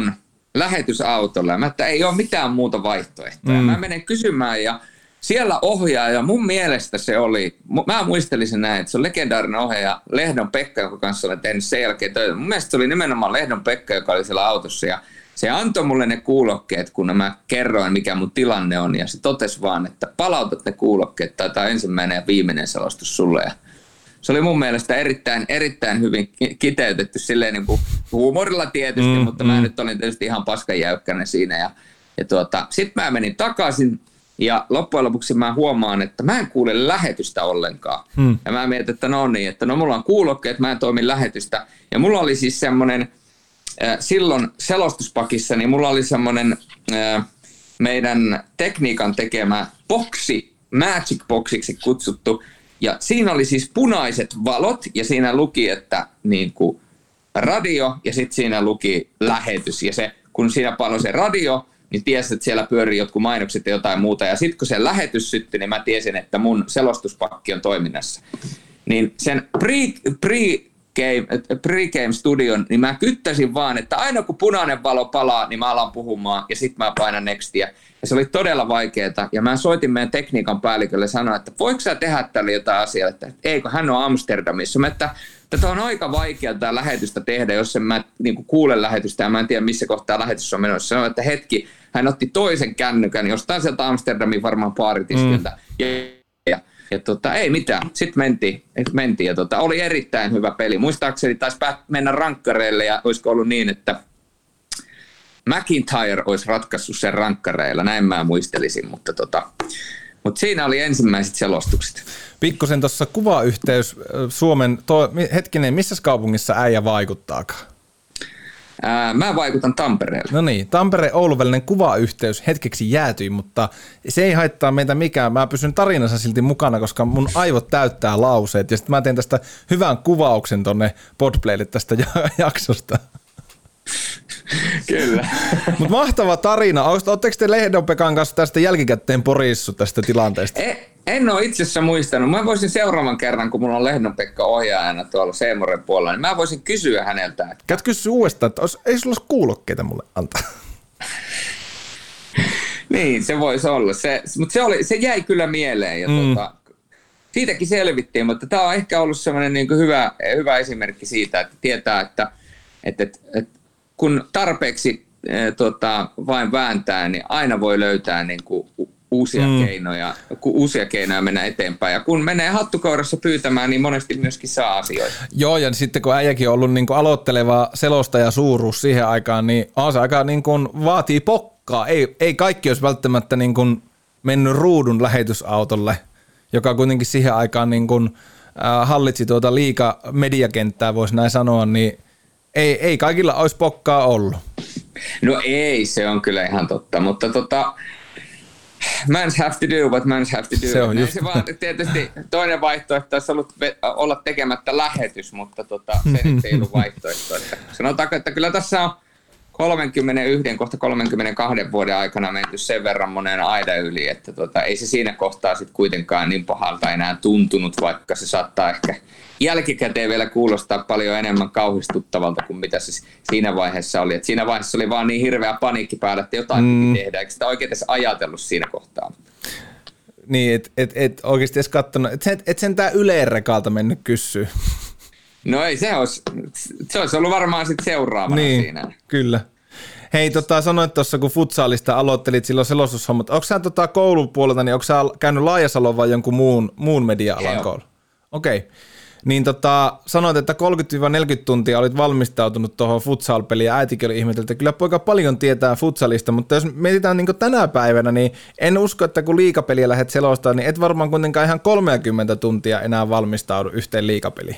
lähetysautolla. Mä että ei ole mitään muuta vaihtoehtoa. Mm. Mä menen kysymään ja siellä ohjaaja, mun mielestä se oli, mä muistelisin näin, että se on legendaarinen ohjaaja Lehdon Pekka, jonka kanssa olen tehnyt sen jälkeen töitä. Mun mielestä se oli nimenomaan Lehdon Pekka, joka oli siellä autossa ja se antoi mulle ne kuulokkeet, kun mä kerroin, mikä mun tilanne on ja se totesi vaan, että palautat ne kuulokkeet tai tämä ensimmäinen ja viimeinen selostus sulle ja se oli mun mielestä erittäin, erittäin hyvin kiteytetty silleen niin kuin huumorilla tietysti, mm, mutta mm. mä nyt olin tietysti ihan paskanjäykkäinen siinä. Ja, ja tuota, sitten mä menin takaisin ja loppujen lopuksi mä huomaan, että mä en kuule lähetystä ollenkaan. Mm. Ja mä mietin, että no niin, että no mulla on kuulokkeet, mä en toimi lähetystä. Ja mulla oli siis semmoinen, äh, silloin selostuspakissa, niin mulla oli semmoinen äh, meidän tekniikan tekemä boksi, Magic Boxiksi kutsuttu. Ja siinä oli siis punaiset valot ja siinä luki, että niin kuin radio ja sitten siinä luki lähetys. Ja se, kun siinä paloi se radio, niin tiesin, että siellä pyörii jotkut mainokset ja jotain muuta. Ja sitten kun se lähetys syttyi, niin mä tiesin, että mun selostuspakki on toiminnassa. Niin sen pre, pre-game, pre-game studion, niin mä kyttäsin vaan, että aina kun punainen valo palaa, niin mä alan puhumaan ja sitten mä painan nextiä. Ja se oli todella vaikeaa. Ja mä soitin meidän tekniikan päällikölle ja sanoin, että voiko sä tehdä tälle jotain asiaa, että eikö hän on Amsterdamissa. Mä, että tätä on aika vaikeaa tämä lähetystä tehdä, jos en mä niin kuule lähetystä ja mä en tiedä missä kohtaa lähetys on menossa. Sanoin, että hetki, hän otti toisen kännykän jostain sieltä Amsterdamin varmaan baaritistiltä. Mm. Ja, ja, ja tota, ei mitään. Sitten mentiin, mentiin ja tota, oli erittäin hyvä peli. Muistaakseni taisi mennä rankkareille ja olisiko ollut niin, että McIntyre olisi ratkaissut sen rankkareilla, näin mä muistelisin, mutta, tota, mutta siinä oli ensimmäiset selostukset. Pikkusen tuossa kuvayhteys Suomen, to, hetkinen, missä kaupungissa äijä vaikuttaakaan? Ää, mä vaikutan Tampereelle. No niin, Tampere-Oulun välinen kuvayhteys hetkeksi jäätyi, mutta se ei haittaa meitä mikään. Mä pysyn tarinassa silti mukana, koska mun aivot täyttää lauseet ja sitten mä teen tästä hyvän kuvauksen tonne Podplaylle tästä jaksosta. Kyllä. Mutta mahtava tarina. Oletteko te Lehdon Pekan kanssa tästä jälkikäteen porissu tästä tilanteesta? En, en ole itse asiassa muistanut. Mä voisin seuraavan kerran, kun mulla on Lehdon Pekka ohjaajana tuolla Seemoren puolella, niin mä voisin kysyä häneltä. Että... Käyt kysyä uudestaan, että olisi, ei sulla olisi kuulokkeita mulle antaa. Niin, se voisi olla. Se, mutta se, oli, se jäi kyllä mieleen ja mm. tuota, siitäkin selvittiin, mutta tämä on ehkä ollut sellainen niin kuin hyvä, hyvä esimerkki siitä, että tietää, että, että, että, että kun tarpeeksi e, tota, vain vääntää, niin aina voi löytää niin kuin, uusia, mm. keinoja, uusia keinoja mennä eteenpäin. Ja kun menee hattukourassa pyytämään, niin monesti myöskin saa asioita. Joo, ja sitten kun äijäkin on ollut niin kuin aloitteleva selostaja suuruus siihen aikaan, niin on se aika niin kuin vaatii pokkaa. Ei, ei kaikki olisi välttämättä niin kuin mennyt ruudun lähetysautolle, joka kuitenkin siihen aikaan niin kuin, äh, hallitsi tuota liiga mediakenttää, voisi näin sanoa, niin Ei, ei kaikilla olisi pokkaa ollut. No ei, se on kyllä ihan totta, mutta tota, man's have to do what man's have to do. Se on just. Se vaan tietysti toinen vaihtoehto olisi ollut olla tekemättä lähetys, mutta tota, se nyt ei ollut vaihtoehto. Että sanotaanko, että kyllä tässä on kolmekymmentäyksi, kohta kolmekymmentäkaksi vuoden aikana menty sen verran moneen aidan yli, että tota, ei se siinä kohtaa sitten kuitenkaan niin pahalta enää tuntunut, vaikka se saattaa ehkä jälkikäteen vielä kuulostaa paljon enemmän kauhistuttavalta kuin mitä se siinä vaiheessa oli. Et siinä vaiheessa oli vaan niin hirveä paniikki päällä, että jotain mm. piti tehdä, eikö sitä oikein edes ajatellut siinä kohtaa. Niin, et, et, et oikeasti edes katsonut, et, et, et sentään Yleen rekalta mennyt kysyä. No ei, se olisi, se olisi ollut varmaan sitten seuraavana niin, siinä. Kyllä. Hei, tota, sanoit tuossa, kun futsaalista aloittelit silloin selostushommat. Onko sä tota, koulun puolelta, niin onko sä käynyt Laajasalon vai jonkun muun, muun media-alan koulu? Okei. Okay. Niin tota, sanoit, että kolmekymmentä neljäkymmentä tuntia olit valmistautunut tuohon futsal-peliin ja äitikin oli ihmetellyt, että kyllä poika paljon tietää futsalista, mutta jos mietitään niin tänä päivänä, niin en usko, että kun liigapeliä lähdet selostaa, niin et varmaan kuitenkaan ihan kolmekymmentä tuntia enää valmistaudu yhteen liigapeliin.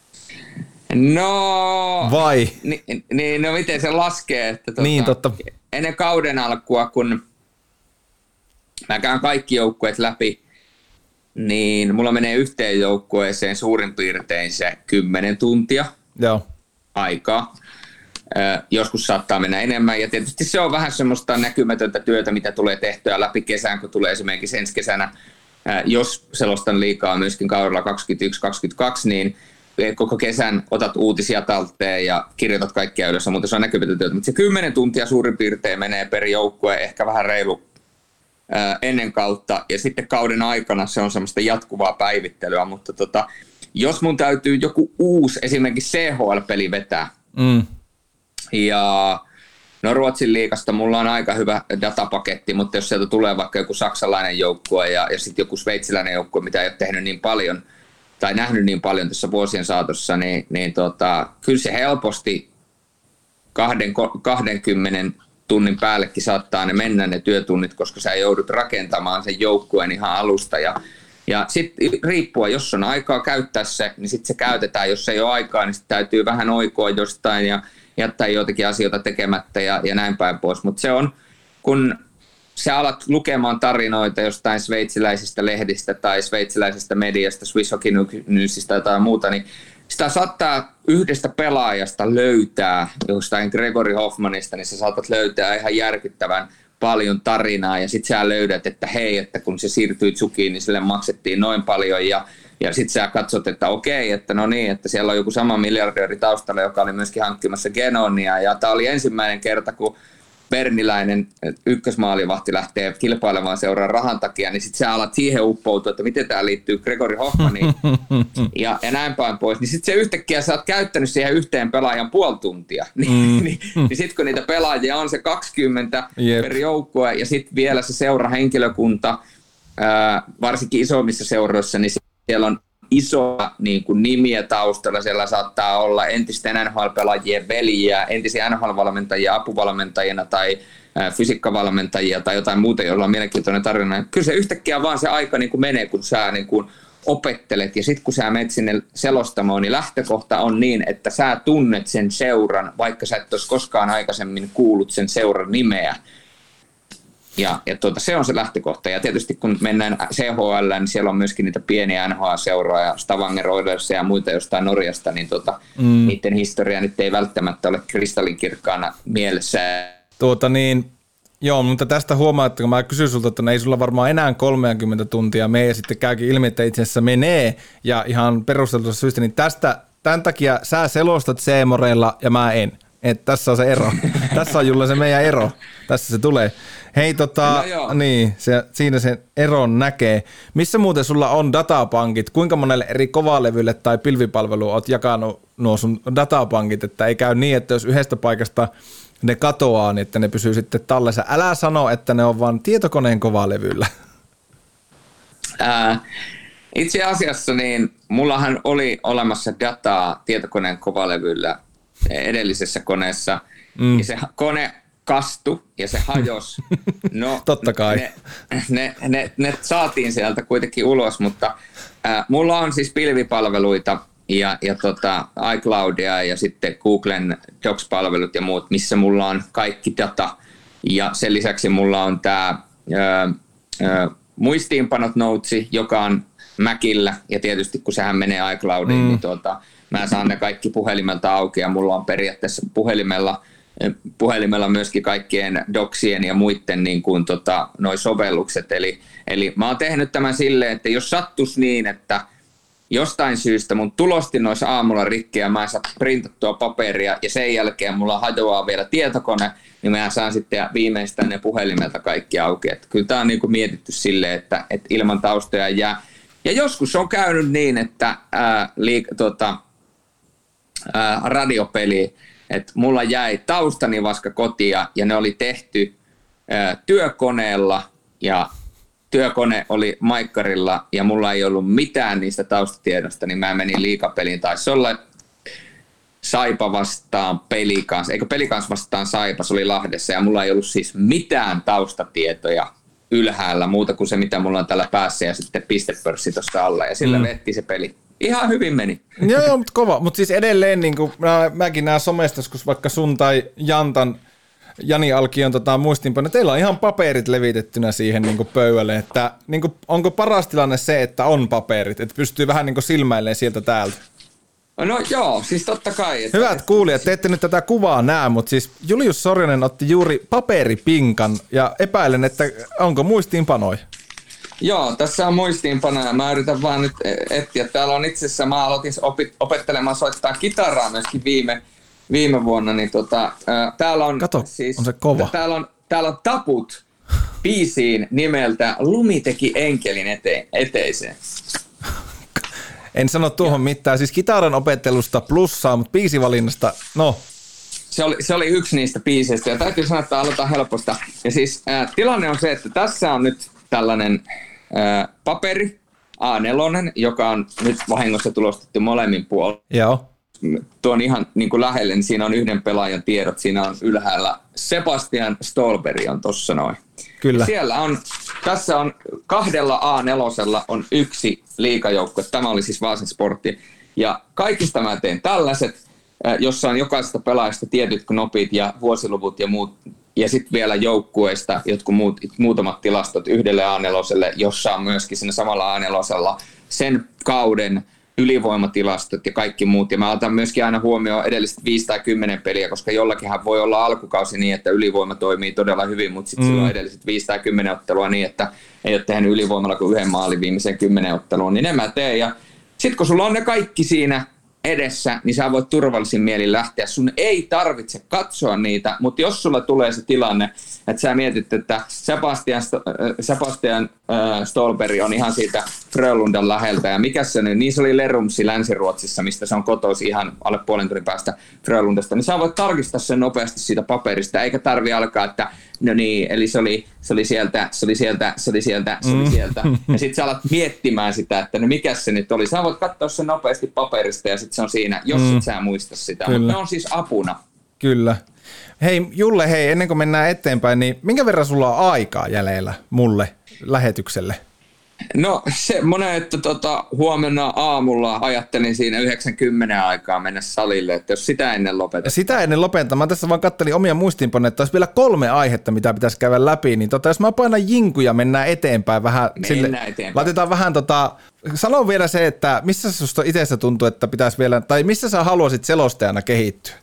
No, vai? Niin, ni, no miten se laskee, että tuota, niin, totta. Ennen kauden alkua, kun mä käyn kaikki joukkueet läpi, niin mulla menee yhteen joukkueeseen suurin piirtein se kymmenen tuntia Joo. aikaa. Ö, joskus saattaa mennä enemmän ja tietysti se on vähän semmoista näkymätöntä työtä, mitä tulee tehtyä läpi kesään, kun tulee esimerkiksi ensi kesänä, ö, jos selostan liikaa myöskin kaudella kaksikymmentäyksi kaksikymmentäkaksi, niin koko kesän otat uutisia talteen ja kirjoitat kaikkia ylös, mutta se on näkyvyyttä työtä. Mutta se kymmenen tuntia suurin piirtein menee per joukkue, ehkä vähän reilu ää, ennen kautta. Ja sitten kauden aikana se on semmoista jatkuvaa päivittelyä, mutta tota, jos mun täytyy joku uusi, esimerkiksi C H L-peli vetää, mm. ja no Ruotsin liigasta mulla on aika hyvä datapaketti, mutta jos sieltä tulee vaikka joku saksalainen joukkue ja, ja sitten joku sveitsiläinen joukkue, mitä ei ole tehnyt niin paljon, tai nähnyt niin paljon tässä vuosien saatossa, niin, niin tota, kyllä se helposti kaksikymmentä tunnin päällekin saattaa ne mennä ne työtunnit, koska sä joudut rakentamaan sen joukkueen ihan alusta. Ja, ja sitten riippua, jos on aikaa käyttää se, niin sitten se käytetään. Jos ei ole aikaa, niin sitten täytyy vähän oikoa jostain ja jättää joitakin asioita tekemättä ja, ja näin päin pois. Mutta se on, kun sä alat lukemaan tarinoita jostain sveitsiläisistä lehdistä tai sveitsiläisestä mediasta, Swiss Hockey Newsista tai muuta, niin sitä saattaa yhdestä pelaajasta löytää, jostain Gregory Hoffmanista, niin sä saatat löytää ihan järkyttävän paljon tarinaa ja sit sä löydät, että hei, että kun se siirtyi Tsukiin, niin sille maksettiin noin paljon ja Ja sit sä katsot, että okei, että no niin, että siellä on joku sama miljardööri taustalla, joka oli myöskin hankkimassa Genonia. Ja tää oli ensimmäinen kerta, kun berniläinen ykkösmaalivahti lähtee kilpailemaan seuraan rahan takia, niin sit sä alat siihen uppoutua, että miten tää liittyy Gregory Hoffmaniin ja, ja näin päin pois. Niin sit se yhtäkkiä sä oot käyttänyt siihen yhteen pelaajan puoli tuntia. Niin, mm. niin, niin sit kun niitä pelaajia on se kaksikymmentä yep. per joukkue ja sit vielä se seurahenkilökunta, ää, varsinkin isommissa seuroissa, niin siellä on isoja niin kuin nimiä taustalla. Siellä saattaa olla entisten N H L-pelaajien veljiä, entisiä N H L-valmentajia apuvalmentajina tai ä, fysiikkavalmentajia tai jotain muuta, jolla on mielenkiintoinen tarina. Kyllä se yhtäkkiä vaan se aika niin kuin menee, kun sä niin kuin opettelet. Ja sitten kun sä menet sinne selostamoon, niin lähtökohta on niin, että sä tunnet sen seuran, vaikka sä et olisi koskaan aikaisemmin kuullut sen seuran nimeä. Ja, ja tuota, se on se lähtökohta. Ja tietysti kun mennään C H L, niin siellä on myöskin niitä pieniä N H L-seuroja, Stavanger Oilersia ja muita jostain Norjasta, niin tuota, mm. niiden historia nyt ei välttämättä ole kristallinkirkkaana mielessä. Tuota niin, joo, mutta tästä huomaa, että kun mä kysyn sulta, että ei sulla varmaan enää kolmekymmentä tuntia mene, ja sitten käykin ilmi, että itse asiassa menee, ja ihan perusteltuista syystä, niin tästä, tämän takia sä selostat C-moreilla ja mä en. Että tässä on se ero. Tässä on Julle se meidän ero. Tässä se tulee. Hei tota, no niin, se, siinä se eron näkee. Missä muuten sulla on datapankit? Kuinka monelle eri kovalevylle tai pilvipalveluun oot jakanut nuo sun datapankit, että ei käy niin, että jos yhdestä paikasta ne katoaa, niin että ne pysyy sitten tallessa. Älä sano, että ne on vaan tietokoneen kovalevyllä. Ää, itse asiassa niin mullahan oli olemassa dataa tietokoneen kovalevyllä edellisessä koneessa, mm. ja se kone kastui ja se hajosi. No, totta kai. Ne, ne, ne, ne saatiin sieltä kuitenkin ulos, mutta äh, mulla on siis pilvipalveluita ja, ja tota, iCloudia ja sitten Googlen Docs-palvelut ja muut, missä mulla on kaikki data. Ja sen lisäksi mulla on tämä muistiinpanot Notesi, joka on Macillä, ja tietysti kun sehän menee iCloudiin, mm. niin tuota, mä saan ne kaikki puhelimelta auki, ja mulla on periaatteessa puhelimella, puhelimella myöskin kaikkien doksien ja muiden niin kuin, tota, noi sovellukset. Eli, eli mä oon tehnyt tämän silleen, että jos sattus niin, että jostain syystä mun tulostin olisi aamulla rikki ja mä en saa printattua paperia ja sen jälkeen mulla hajoaa vielä tietokone, niin mä saan sitten viimeistään ne puhelimelta kaikki auki. Että kyllä tää on niin kuin mietitty silleen, että, että ilman taustoja jää. Ja joskus on käynyt niin, että ää, liik- tota, ää, radiopeli, että mulla jäi taustani vaska kotia ja ne oli tehty ää, työkoneella ja työkone oli maikkarilla ja mulla ei ollut mitään niistä taustatiedosta, niin mä menin liigapeliin. Taisi olla Saipa vastaan Pelikans, eikö Pelikans vastaan Saipa, se oli Lahdessa ja mulla ei ollut siis mitään taustatietoja ylhäällä muuta kuin se, mitä mulla on täällä päässä ja sitten pistepörssi tuossa alla ja sillä mm. vetti se peli. Ihan hyvin meni. Joo, joo, mutta kova. Mutta siis edelleen, niin kuin, mä, mäkin näen somesta, kun vaikka sun tai Jantan, Jani Alkion tota, muistiinpano, teillä on ihan paperit levitettynä siihen niin kuin pöydälle. Että, niin kuin, onko paras tilanne se, että on paperit, että pystyy vähän niin kuin silmäilleen sieltä täältä? No joo, siis totta kai. Että hyvät kuulijat, te ette nyt tätä kuvaa näe, mutta siis Julius Sorjonen otti juuri paperipinkan ja epäilen, että onko muistiinpanoja? Joo, tässä on muistiinpanoja. Mä yritän vaan nyt etsiä. Täällä on itse asiassa, mä aloitin opi- opettelemaan soittaa kitaraa myöskin viime, viime vuonna. Niin tota, äh, täällä on, Kato, siis, on se kova. Täällä on, täällä on Taput biisiin nimeltä Lumi teki enkelin ete- eteiseen. En sano tuohon ja. mitään. Siis kitaran opettelusta plussaa, mutta biisivalinnasta, no. Se oli, se oli yksi niistä biiseistä ja täytyy sanoa, että aloitetaan helposta. Ja siis äh, tilanne on se, että tässä on nyt tällainen äh, paperi A neljä, joka on nyt vahingossa tulostettu molemmin puolin. Joo. Tuon ihan niin kuin lähelle, niin siinä on yhden pelaajan tiedot. Siinä on ylhäällä Sebastian Stolberg on tossa noin. Kyllä. Siellä on, tässä on kahdella A neljä on yksi liigajoukko. Tämä oli siis Vaasan Sportti. Ja kaikista mä teen tällaiset, jossa on jokaisesta pelaajasta tietyt knopit ja vuosiluvut ja muut. Ja sitten vielä joukkueista jotkut muut, muutamat tilastot yhdelle A neljä, jossa on myöskin siinä samalla A neljä sen kauden ylivoimatilastot ja kaikki muut. Ja mä otan myöskin aina huomioon edelliset viisi tai kymmenen peliä, koska jollakinhan voi olla alkukausi niin, että ylivoima toimii todella hyvin, mutta sitten mm. silloin edelliset viisi tai kymmenen ottelua niin, että ei ole tehnyt ylivoimalla kuin yhden maalin viimeisen kymmenen otteluun, niin ne mä teen. Ja sitten kun sulla on ne kaikki siinä edessä, niin sä voit turvallisin mielin lähteä. Sun ei tarvitse katsoa niitä, mutta jos sulla tulee se tilanne, että sä mietit, että Sebastian, Sebastian äh, Stolberg on ihan siitä Frölundan läheltä, ja mikä se on, niin se oli Lerumsi Länsi-Ruotsissa, mistä se on kotoisin ihan alle puolen tunnin päästä Frölundasta, niin sä voit tarkistaa sen nopeasti siitä paperista, eikä tarvi alkaa, että no niin, eli se oli, se oli sieltä, se oli sieltä, se oli sieltä, se oli sieltä, ja sit sä alat miettimään sitä, että no mikä se nyt oli. Sä voit katsoa sen nopeasti paperista, ja sit se on siinä, jos mm. et sä muista sitä, mutta ne on siis apuna. Kyllä. Hei Julle, hei, ennen kuin mennään eteenpäin, niin minkä verran sulla on aikaa jäljellä mulle lähetykselle? No semmoinen, että tota, huomenna aamulla ajattelin siinä yhdeksänkymmentä aikaa mennä salille, että jos sitä ennen lopetetaan. Sitä ennen lopetetaan. Mä tässä vaan kattelin omia muistiinpanoja, että olisi vielä kolme aihetta, mitä pitäisi käydä läpi, niin tota, jos mä painan jinkuja, mennään eteenpäin vähän. Mennään sille, eteenpäin. Laitetaan vähän tota, sano vielä se, että missä susta itsestä tuntuu, että pitäisi vielä, tai missä sä haluaisit selostajana kehittyä?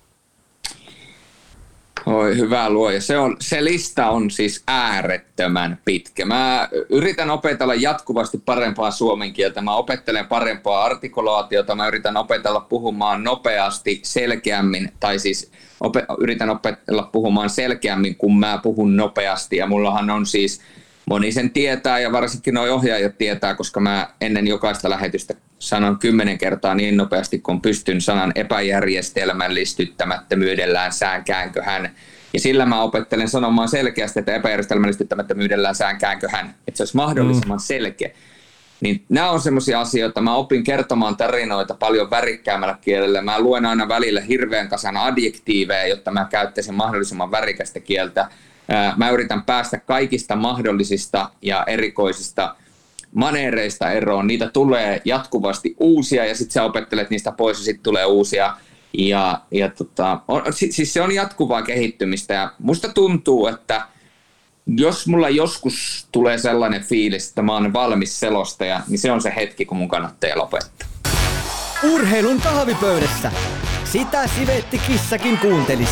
Oi, hyvä luoja. Se, on, se lista on siis äärettömän pitkä. Mä yritän opetella jatkuvasti parempaa suomen kieltä. Mä opettelen parempaa artikulaatiota. Mä yritän opetella puhumaan nopeasti, selkeämmin, tai siis ope, yritän opetella puhumaan selkeämmin, kun mä puhun nopeasti. Ja mullahan on siis, moni sen tietää ja varsinkin nuo ohjaajat tietää, koska mä ennen jokaista lähetystä sanon kymmenen kertaa niin nopeasti, kun pystyn sanan epäjärjestelmällistyttämättömyydellään säänkäänkö hän. Ja sillä mä opettelen sanomaan selkeästi, että epäjärjestelmällistyttämättömyydellään säänkäänkö hän. Että se olisi mahdollisimman selkeä. Niin nämä on semmoisia asioita. Mä opin kertomaan tarinoita paljon värikkäämällä kielellä. Mä luen aina välillä hirveän kasan adjektiiveja, jotta mä käyttäisin mahdollisimman värikästä kieltä. Mä yritän päästä kaikista mahdollisista ja erikoisista maneereista eroon. Niitä tulee jatkuvasti uusia ja sitten sä opettelet niistä pois ja sitten tulee uusia. Ja, ja tota, on, siis se on jatkuvaa kehittymistä ja musta tuntuu, että jos mulla joskus tulee sellainen fiilis, että mä oon valmis selostaja, niin se on se hetki, kun mun kannattaa lopettaa. Urheilun kahvipöydässä. Sitä Sivetti Kissakin kuuntelisi.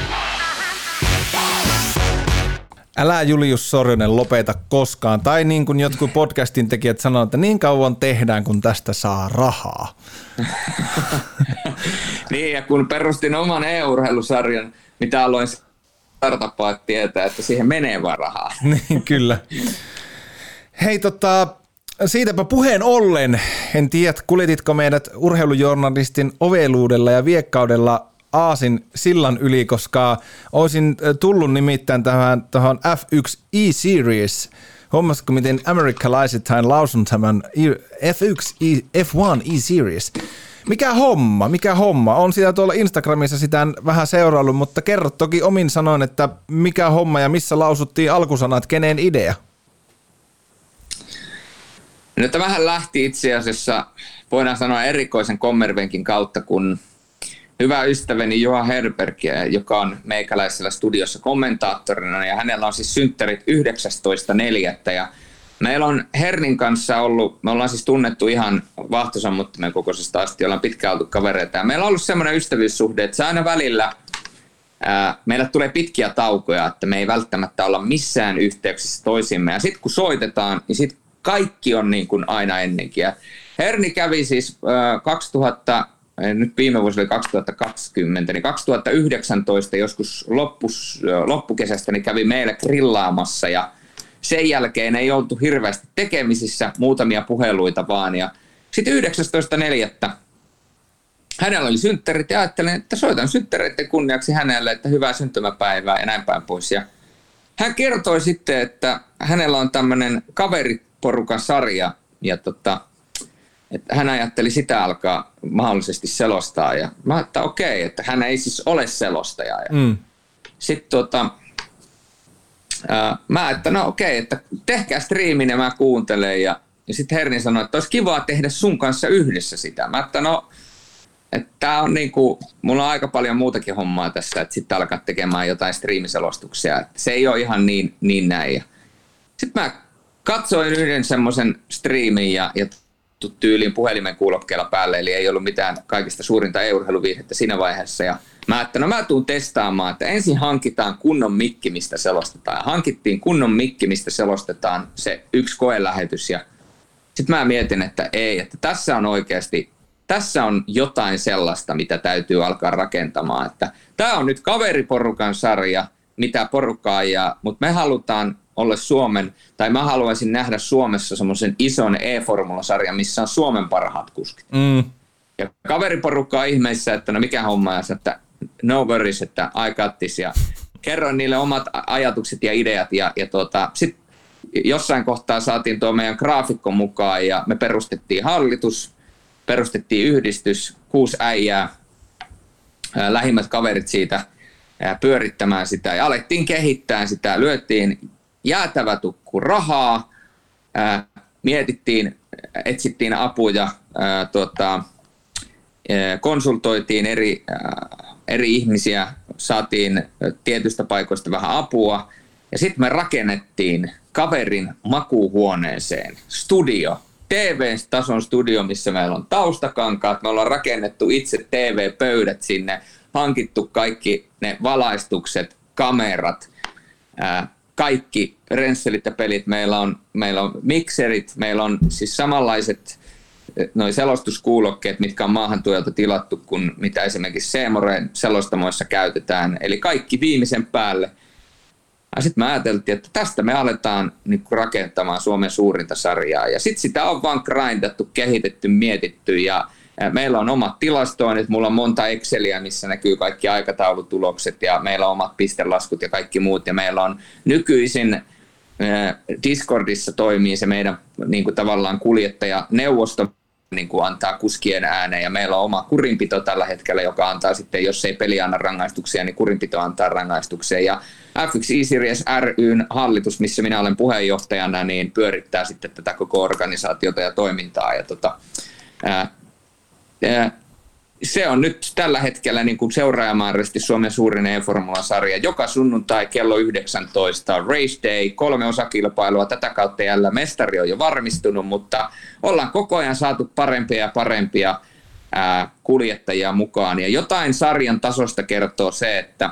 Älä Julius Sorjonen lopeta koskaan. Tai niin kuin jotkut podcastin tekijät sanoo, että niin kauan tehdään, kun tästä saa rahaa. Niin, ja kun perustin oman e-urheilusarjan, mitä aloin startupaa tietää, että siihen menee vaan rahaa. Niin, kyllä. Hei, tota, siitäpä puheen ollen, en tiedä, kuljetitko meidät urheilujournalistin oveluudella ja viekkaudella Aasin sillan yli, koska olisin tullut nimittäin tähän, tähän F yksi E-Series. Huomasitko, miten amerikkalaisittain lausun tämän F yksi E, F yksi E-Series? Mikä homma, mikä homma? On sitä tuolla Instagramissa sitä vähän seuraillut, mutta kerro toki omin sanoin, että mikä homma ja missä lausuttiin alkusanat, kenen idea? No tämähän lähti itse asiassa, voidaan sanoa erikoisen kommervenkin kautta, kun hyvä ystäväni Juha Herberg, joka on meikäläisellä studiossa kommentaattorina, ja hänellä on siis synttärit yhdeksästoista neljättä ja meillä on Hernin kanssa ollut, me ollaan siis tunnettu ihan vahtosammuttimen kokoisesta asti, ollaan pitkään oltu kavereita, ja meillä on ollut semmoinen ystävyyssuhde, että se aina välillä, ää, meillä tulee pitkiä taukoja, että me ei välttämättä olla missään yhteyksissä toisimme, ja sitten kun soitetaan, niin sitten kaikki on niin kuin aina ennenkin. Ja Herni kävi siis äh, kaksituhatta, nyt viime vuosi oli kaksituhattakaksikymmentä, niin kaksituhattayhdeksäntoista joskus loppus, loppukesästä niin kävi meillä grillaamassa ja sen jälkeen ei oltu hirveästi tekemisissä, muutamia puheluita vaan. Ja sitten yhdeksästoista neljättä hänellä oli synttärit ja ajattelin, että soitan synttäreiden kunniaksi hänelle, että hyvää syntymäpäivää ja näin päin pois. Ja hän kertoi sitten, että hänellä on tämmöinen kaveriporukan sarja ja tota, että hän ajatteli sitä alkaa mahdollisesti selostaa. Ja mä ajattelin, että okei, että hän ei siis ole selostaja. Ja mm. sitten tota, ää, mä että no okei, että tehkää striimin ja mä kuuntelen. Ja, ja sitten Herni sanoi, että olisi kivaa tehdä sun kanssa yhdessä sitä. Mä että no, että tää on niinku, mulla on aika paljon muutakin hommaa tässä, että sitten alkaa tekemään jotain striimiselostuksia. Että se ei ole ihan niin, niin näin. Sitten mä katsoin yhden semmoisen striimin ja, ja tyyliin puhelimen kuulokkeella päälle, eli ei ollut mitään kaikista suurinta e-urheiluviihdettä siinä vaiheessa. Ja mä että no mä tuun testaamaan, että ensin hankitaan kunnon mikki, mistä selostetaan. Ja hankittiin kunnon mikki, mistä selostetaan se yksi koelähetys. Ja sitten mä mietin, että ei, että tässä on oikeasti, tässä on jotain sellaista, mitä täytyy alkaa rakentamaan. Että tää on nyt kaveriporukan sarja, mitä porukkaa, ja, mutta me halutaan olla Suomen, tai mä haluaisin nähdä Suomessa semmoisen ison e-formulasarjan, missä on Suomen parhaat kuskit. Mm. Ja kaveriporukka on ihmeissä, että no mikä homma, ja että no worries, että I got this, ja kerroin niille omat ajatukset ja ideat, ja, ja tuota, sitten jossain kohtaa saatiin tuo meidän graafikko mukaan, ja me perustettiin hallitus, perustettiin yhdistys, kuusi äijää, ää, lähimmät kaverit siitä, ää, pyörittämään sitä, ja alettiin kehittää sitä, lyötiin jäätävä tukku rahaa, ää, mietittiin, etsittiin apuja, ää, tuota, ää, konsultoitiin eri, ää, eri ihmisiä, saatiin tietystä paikoista vähän apua, ja sitten me rakennettiin kaverin makuuhuoneeseen studio, T V-tason studio, missä meillä on taustakankaat, me ollaan rakennettu itse T V-pöydät sinne, hankittu kaikki ne valaistukset, kamerat, ää, kaikki rensselit ja pelit, meillä on, meillä on mikserit, meillä on siis samanlaiset noi selostuskuulokkeet, mitkä on maahantuojalta tilattu, kuin mitä esimerkiksi Seemoren selostamoissa käytetään, eli kaikki viimeisen päälle. Ja sitten me ajateltiin, että tästä me aletaan niin rakentamaan Suomen suurinta sarjaa, ja sitten sitä on vaan grindattu, kehitetty, mietitty, ja meillä on omat tilastoinnit, mulla on monta Exceliä, missä näkyy kaikki aikataulutulokset, ja meillä on omat pistelaskut ja kaikki muut, ja meillä on nykyisin Discordissa toimii se meidän niin kuin tavallaan kuljettajaneuvosto, niin kuin antaa kuskien ääneen, ja meillä on oma kurinpito tällä hetkellä, joka antaa sitten, jos ei peli anna rangaistuksia, niin kurinpito antaa rangaistuksia, ja F yksi E-Series ry:n hallitus, missä minä olen puheenjohtajana, niin pyörittää sitten tätä koko organisaatiota ja toimintaa, ja tota, ää, ää, se on nyt tällä hetkellä niin kuin seuraajamääräisesti Suomen suurin e-formulasarja. Joka sunnuntai kello yhdeksäntoista Race Day, kolme osakilpailua. Tätä kautta jälleen mestari on jo varmistunut, mutta ollaan koko ajan saatu parempia ja parempia ää, kuljettajia mukaan. Ja jotain sarjan tasosta kertoo se, että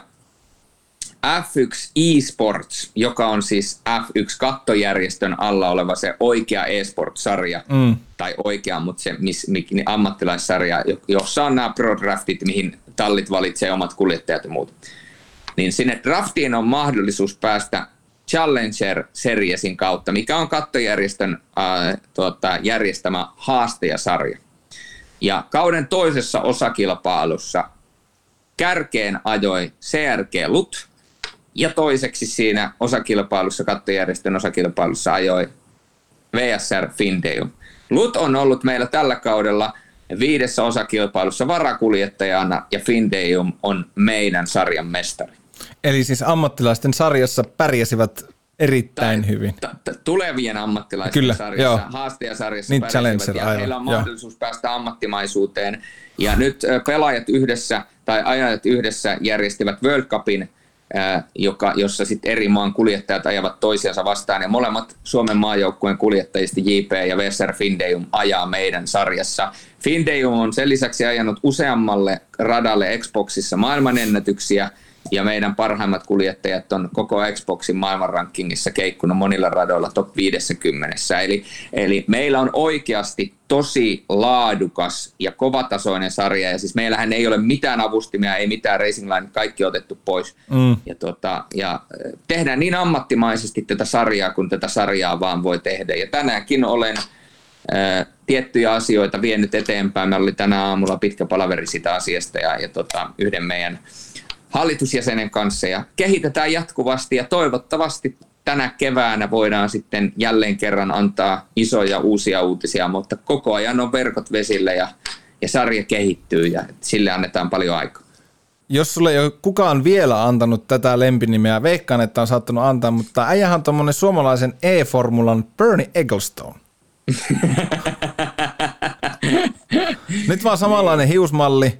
F yksi eSports, joka on siis F yksi kattojärjestön alla oleva se oikea eSports-sarja, mm. tai oikea, mutta se miss, niin ammattilaissarja, jossa on nämä pro-draftit, mihin tallit valitsee omat kuljettajat ja muut. Niin sinne draftiin on mahdollisuus päästä Challenger Seriesin kautta, mikä on kattojärjestön äh, tuota, järjestämä haastajasarja. Ja kauden toisessa osakilpailussa kärkeen ajoi C R G Lut, ja toiseksi siinä osakilpailussa, kattojärjestön osakilpailussa ajoi V S R Findeum. Lut on ollut meillä tällä kaudella viidessä osakilpailussa varakuljettajana, ja Findeum on meidän sarjan mestari. Eli siis ammattilaisten sarjassa pärjäsivät erittäin tai, hyvin. T- t- tulevien ammattilaisten Kyllä, sarjassa, joo. haastajasarjassa niin pärjäsivät, ja heillä on mahdollisuus joo. päästä ammattimaisuuteen. Ja nyt pelaajat yhdessä, tai ajajat yhdessä järjestivät World Cupin, Joka, jossa sitten eri maan kuljettajat ajavat toisiansa vastaan, ja molemmat Suomen maajoukkueen kuljettajista J P ja V S R Findeum ajaa meidän sarjassa. Findeum on sen lisäksi ajanut useammalle radalle Xboxissa maailmanennätyksiä, ja meidän parhaimmat kuljettajat on koko Xboxin maailmanrankingissa keikkunut monilla radoilla top viisikymmentä. Eli, eli meillä on oikeasti tosi laadukas ja kovatasoinen sarja, ja siis meillähän ei ole mitään avustimia, ei mitään racing line, kaikki on otettu pois. Mm. Ja, tota, ja tehdään niin ammattimaisesti tätä sarjaa, kun tätä sarjaa vaan voi tehdä. Ja tänäänkin olen ää, tiettyjä asioita vienyt eteenpäin. Meillä oli tänä aamulla pitkä palaveri sitä asiasta ja, ja tota, yhden meidän hallitusjäsenen kanssa, ja kehitetään jatkuvasti, ja toivottavasti tänä keväänä voidaan sitten jälleen kerran antaa isoja uusia uutisia, mutta koko ajan on verkot vesillä ja, ja sarja kehittyy, ja sille annetaan paljon aikaa. Jos sulle ei ole kukaan vielä antanut tätä lempinimeä, veikkaan, että on saattanut antaa, mutta äijähän on tommonen suomalaisen E-formulan Bernie Ecclestone. Nyt vaan samanlainen hiusmalli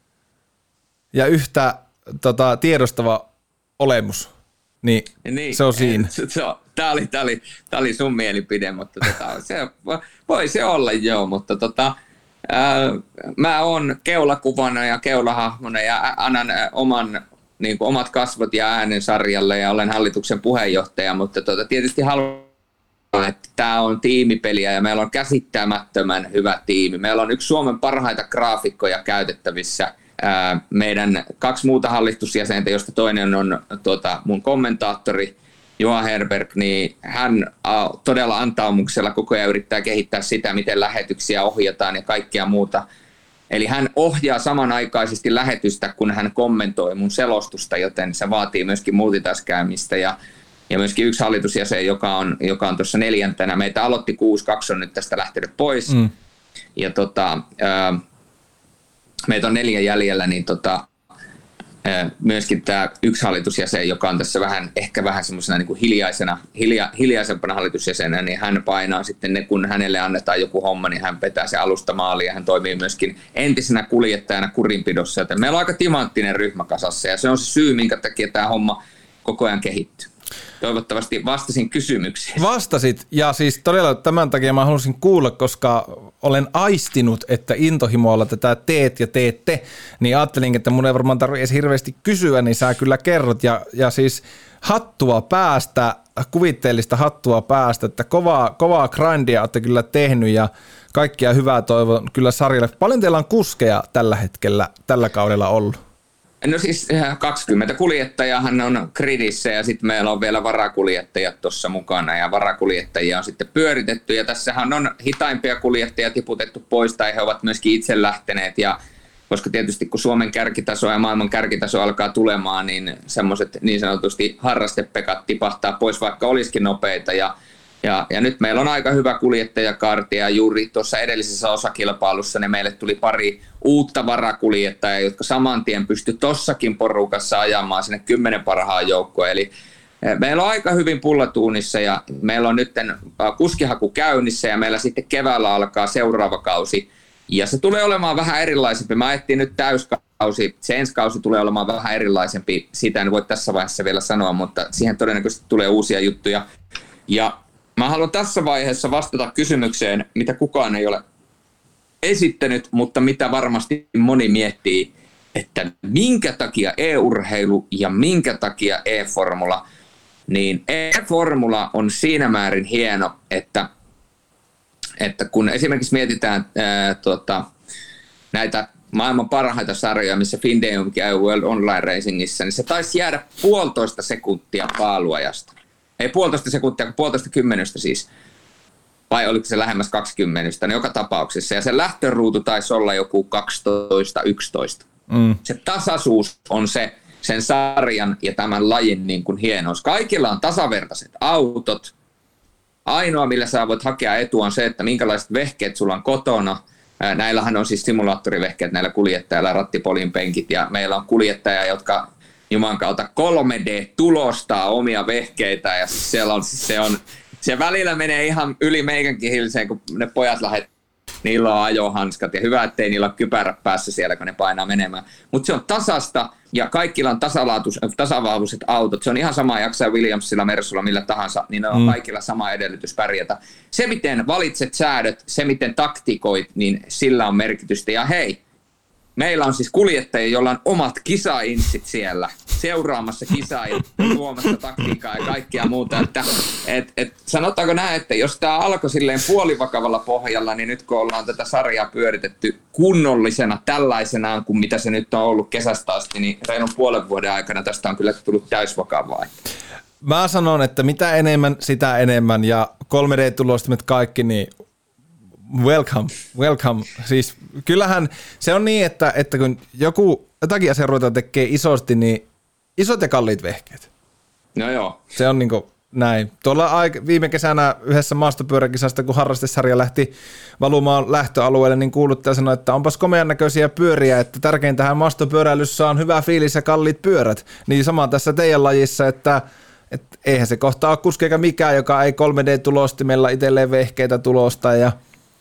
ja yhtä tota, tiedostava olemus, niin, niin se on siinä. Tämä oli, tää oli, tää oli sun mielipide, mutta tota, se, voi se olla joo, mutta tota, ää, mä oon keulakuvana ja keulahahmona ja annan oman, niin kuin omat kasvot ja äänen sarjalle ja olen hallituksen puheenjohtaja, mutta tota, tietysti haluan, että tämä on tiimipeliä ja meillä on käsittämättömän hyvä tiimi. Meillä on yksi Suomen parhaita graafikkoja käytettävissä. Meidän kaksi muuta hallitusjäsentä, josta toinen on tuota, mun kommentaattori Juha Herberg, niin hän todella antaumuksella koko ajan yrittää kehittää sitä, miten lähetyksiä ohjataan ja kaikkea muuta. Eli hän ohjaa samanaikaisesti lähetystä, kun hän kommentoi mun selostusta, joten se vaatii myöskin multitaskäämistä ja Ja myöskin yksi hallitusjäsen, joka on, joka on tuossa neljäntenä. Meitä aloitti kuusi, kaksi on nyt tästä lähtenyt pois. Mm. Ja tota, ää, meitä on neljä jäljellä, niin tota, ää, myöskin tämä yksi hallitusjäsen, joka on tässä vähän, ehkä vähän semmoisena niin kuin hiljaisena, hilja, hiljaisempana hallitusjäsenä, niin hän painaa sitten ne, kun hänelle annetaan joku homma, niin hän petää se alusta maaliin ja hän toimii myöskin entisenä kuljettajana kurinpidossa. Joten meillä on aika timanttinen ryhmä kasassa ja se on se syy, minkä takia tämä homma koko ajan kehittyy. Toivottavasti vastasin kysymyksiin. Vastasit, ja siis todella tämän takia mä halusin kuulla, koska olen aistinut, että intohimoilla tätä teet ja teette, niin ajattelin, että mun ei varmaan tarvitse edes hirveästi kysyä, niin sä kyllä kerrot, ja, ja siis hattua päästä, kuvitteellista hattua päästä, että kovaa, kovaa grindia olette kyllä tehnyt, ja kaikkia hyvää toivon kyllä sarjalle. Paljon teillä on kuskeja tällä hetkellä, tällä kaudella ollut? No siis kaksikymmentä kuljettajahan on gridissä ja sitten meillä on vielä varakuljettajat tuossa mukana ja varakuljettajia on sitten pyöritetty ja tässähän on hitaimpia kuljettajia tiputettu pois tai he ovat myöskin itse lähteneet ja koska tietysti kun Suomen kärkitaso ja maailman kärkitaso alkaa tulemaan, niin semmoiset niin sanotusti harrastepekat tipahtaa pois vaikka olisikin nopeita ja Ja, ja nyt meillä on aika hyvä kuljettajakaarti ja juuri tuossa edellisessä osakilpailussa niin meille tuli pari uutta varakuljettajaa, jotka saman tien pystyi tossakin porukassa ajamaan sinne kymmenen parhaan joukkoon. Eli meillä on aika hyvin pullatuunissa ja meillä on nyt kuskihaku käynnissä ja meillä sitten keväällä alkaa seuraava kausi. Ja se tulee olemaan vähän erilaisempi. Mä ajattelin nyt täyskausi. Se ensi kausi tulee olemaan vähän erilaisempi. Siitä en voi tässä vaiheessa vielä sanoa, mutta siihen todennäköisesti tulee uusia juttuja. Ja mä haluan tässä vaiheessa vastata kysymykseen, mitä kukaan ei ole esittänyt, mutta mitä varmasti moni miettii, että minkä takia e-urheilu ja minkä takia e-formula, niin e-formula on siinä määrin hieno, että, että kun esimerkiksi mietitään ää, tota, näitä maailman parhaita sarjoja, missä FinDeum käy World Online Racingissa, niin se taisi jäädä puolitoista sekuntia paaluajasta. Ei puolitoista sekuntia, kun puolitoista kymmenystä siis. Vai oliko se lähemmäs kaksikymmentä, niin joka tapauksessa. Ja se lähtöruutu taisi olla joku kaksitoista yksitoista. Mm. Se tasaisuus on se sen sarjan ja tämän lajin niin kuin hienous. Kaikilla on tasavertaiset autot. Ainoa, millä sä voit hakea etua on se, että minkälaiset vehkeet sulla on kotona. Näillähän on siis simulaattorivehkeet näillä kuljettajilla, rattipolin penkit. Ja meillä on kuljettajia, jotka Juman kautta kolme D-tulostaa omia vehkeitä ja siellä on, se, on, se välillä menee ihan yli meikänkin hilseen, kun ne pojat lähdet, niillä on ajohanskat ja hyvä, ettei niillä ole kypärä päässä siellä, kun ne painaa menemään. Mutta se on tasasta ja kaikilla on tasavahvuiset autot. Se on ihan sama jaksaa Williamsilla, Mersulla, millä tahansa, niin ne on mm. kaikilla sama edellytys pärjätä. Se, miten valitset säädöt, se, miten taktikoit, niin sillä on merkitystä. Ja hei, meillä on siis kuljettajia, joilla on omat kisainssit siellä seuraamassa kisaa ja tuomassa taktiikkaa ja kaikkea muuta. Että, et, et, sanotaanko näin, että jos tämä alkoi silleen puolivakavalla pohjalla, niin nyt kun ollaan tätä sarjaa pyöritetty kunnollisena tällaisenaan kuin mitä se nyt on ollut kesästä asti, niin reilun puolen vuoden aikana tästä on kyllä tullut täysvakavaa. Mä sanon, että mitä enemmän, sitä enemmän ja kolme D-tulostimet kaikki, niin welcome, welcome. Siis kyllähän se on niin, että, että kun joku jotakin asiaa ruvetaan tekee isosti, niin isot ja kalliit vehkeet. No joo. Se on niinku näin. Tuolla aik- viime kesänä yhdessä maastopyöräkisasta, kun harrastesarja lähti valumaan lähtöalueelle, niin kuuluttaja sanoi, että onpas komean näköisiä pyöriä, että tärkeintähän maastopyöräilyssä on hyvä fiilis ja kalliit pyörät. Niin sama tässä teidän lajissa, että et eihän se kohta ole kuski eikä mikään, joka ei kolme D-tulostimella itselleen vehkeitä tulosta ja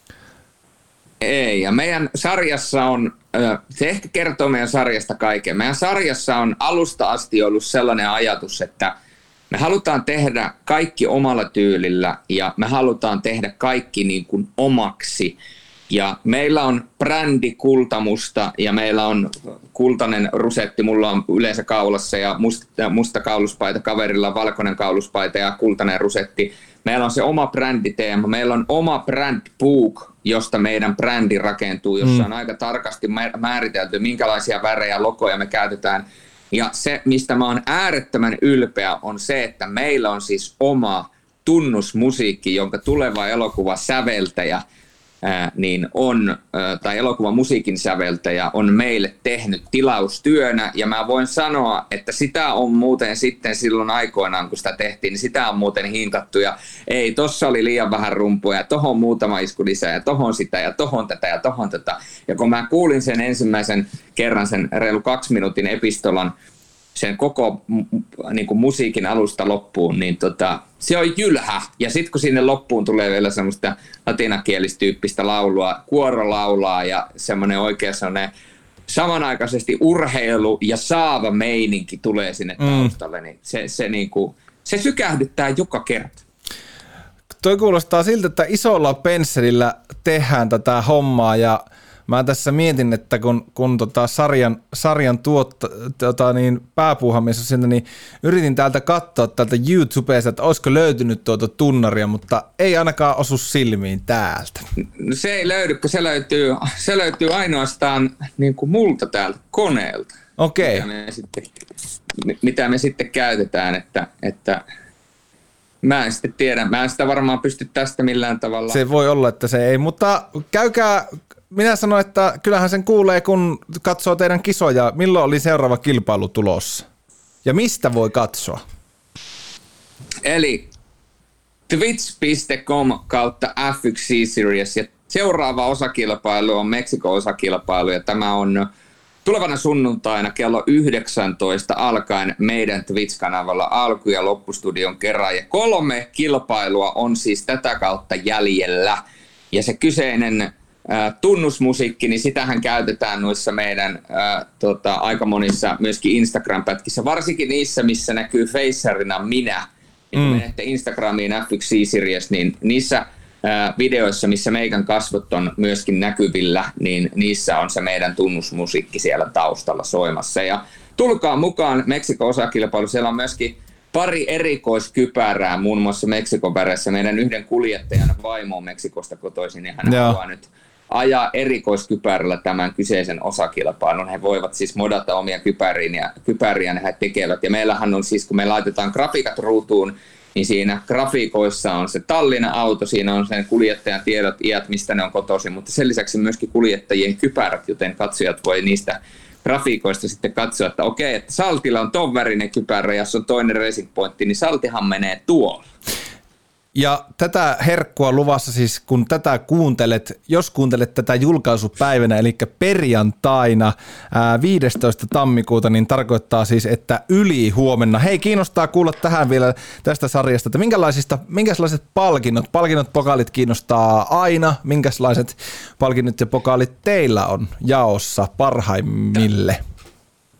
ei, ja meidän sarjassa on, se ehkä kertoo meidän sarjasta kaiken. Meidän sarjassa on alusta asti ollut sellainen ajatus, että me halutaan tehdä kaikki omalla tyylillä ja me halutaan tehdä kaikki niin kuin omaksi. Ja meillä on brändi kultamusta ja meillä on kultainen rusetti, mulla on yleensä kaulassa ja musta, musta kauluspaita, kaverilla on valkoinen kauluspaita ja kultainen rusetti. Meillä on se oma bränditeema, meillä on oma brand book, josta meidän brändi rakentuu, jossa on aika tarkasti määritelty, minkälaisia värejä, logoja me käytetään. Ja se, mistä mä oon äärettömän ylpeä, on se, että meillä on siis oma tunnusmusiikki, jonka tuleva elokuva säveltäjä Ää, niin on, ää, tai elokuvan musiikin säveltäjä on meille tehnyt tilaustyönä, ja mä voin sanoa, että sitä on muuten sitten silloin aikoinaan, kun sitä tehtiin, niin sitä on muuten hinkattu, ja ei, tossa oli liian vähän rumpuja, ja tohon muutama isku lisää, ja tohon sitä, ja tohon tätä, ja tohon tätä, ja kun mä kuulin sen ensimmäisen kerran, sen reilu kaksi minuutin epistolan, sen koko niin kuin musiikin alusta loppuun, niin tota, se on jylhä. Ja sitten kun sinne loppuun tulee vielä semmoista latinakielistyyppistä laulua, kuoro laulaa ja semmoinen oikein semmoinen samanaikaisesti urheilu ja saava meininki tulee sinne taustalle, mm. niin se, se, niin kuin, se sykähdyttää joka kerta. Toi kuulostaa siltä, että isolla pensselillä tehdään tätä hommaa ja mä tässä mietin, että kun, kun tota sarjan, sarjan tuotta, tota niin, pääpuuhamies on sieltä, niin yritin täältä katsoa täältä YouTubesta, että olisiko löytynyt tuota tunnaria, mutta ei ainakaan osu silmiin täältä. No se ei löydy, kun se löytyy, se löytyy ainoastaan niin kuin multa täältä koneelta. Okei. Mitä me sitten, mitä me sitten käytetään, että, että mä en sitten tiedä. Mä en sitä varmaan pysty tästä millään tavalla. Se voi olla, että se ei, mutta käykää. Minä sanoin, että kyllähän sen kuulee, kun katsoo teidän kisoja. Milloin oli seuraava kilpailu tulossa? Ja mistä voi katsoa? Eli twitch piste com kautta F yksi C-Series. Ja seuraava osakilpailu on Meksikon osakilpailu. Ja tämä on tulevana sunnuntaina kello yhdeksäntoista alkaen meidän Twitch-kanavalla alku- ja loppustudion kerran. Ja kolme kilpailua on siis tätä kautta jäljellä. Ja se kyseinen tunnusmusiikki, niin sitähän käytetään noissa meidän ää, tota, aika monissa myöskin Instagram-pätkissä, varsinkin niissä, missä näkyy facerina minä. Ja kun mm. menette Instagramiin F yksi C-Series, niin niissä ää, videoissa, missä meidän kasvot on myöskin näkyvillä, niin niissä on se meidän tunnusmusiikki siellä taustalla soimassa. Ja tulkaa mukaan Meksikon osakilpailu, siellä on myöskin pari erikoiskypärää, muun muassa Meksikon väreissä. Meidän yhden kuljettajan vaimo on Meksikosta kotoisin, niin hän haluaa nyt ajaa erikoiskypärällä tämän kyseisen osakilpailun. He voivat siis modata omia kypäriin ja kypäriä ne he tekevät. Ja meillähän on siis, kun me laitetaan grafiikat ruutuun, niin siinä grafiikoissa on se tallinen auto, siinä on sen kuljettajan tiedot, iät, mistä ne on kotoisin, mutta sen lisäksi myöskin kuljettajien kypärät, joten katsojat voi niistä grafiikoista sitten katsoa, että okei, että Saltilla on ton värinen kypärä, ja jos on toinen racing pointti, niin Saltihan menee tuolla. Ja tätä herkkua luvassa siis, kun tätä kuuntelet, jos kuuntelet tätä julkaisupäivänä, eli perjantaina ää, viidestoista tammikuuta, niin tarkoittaa siis, että yli huomenna. Hei, kiinnostaa kuulla tähän vielä tästä sarjasta, että minkälaisista, minkälaiset palkinnot, palkinnot, pokaalit kiinnostaa aina, minkälaiset palkinnot ja pokaalit teillä on jaossa parhaimmille?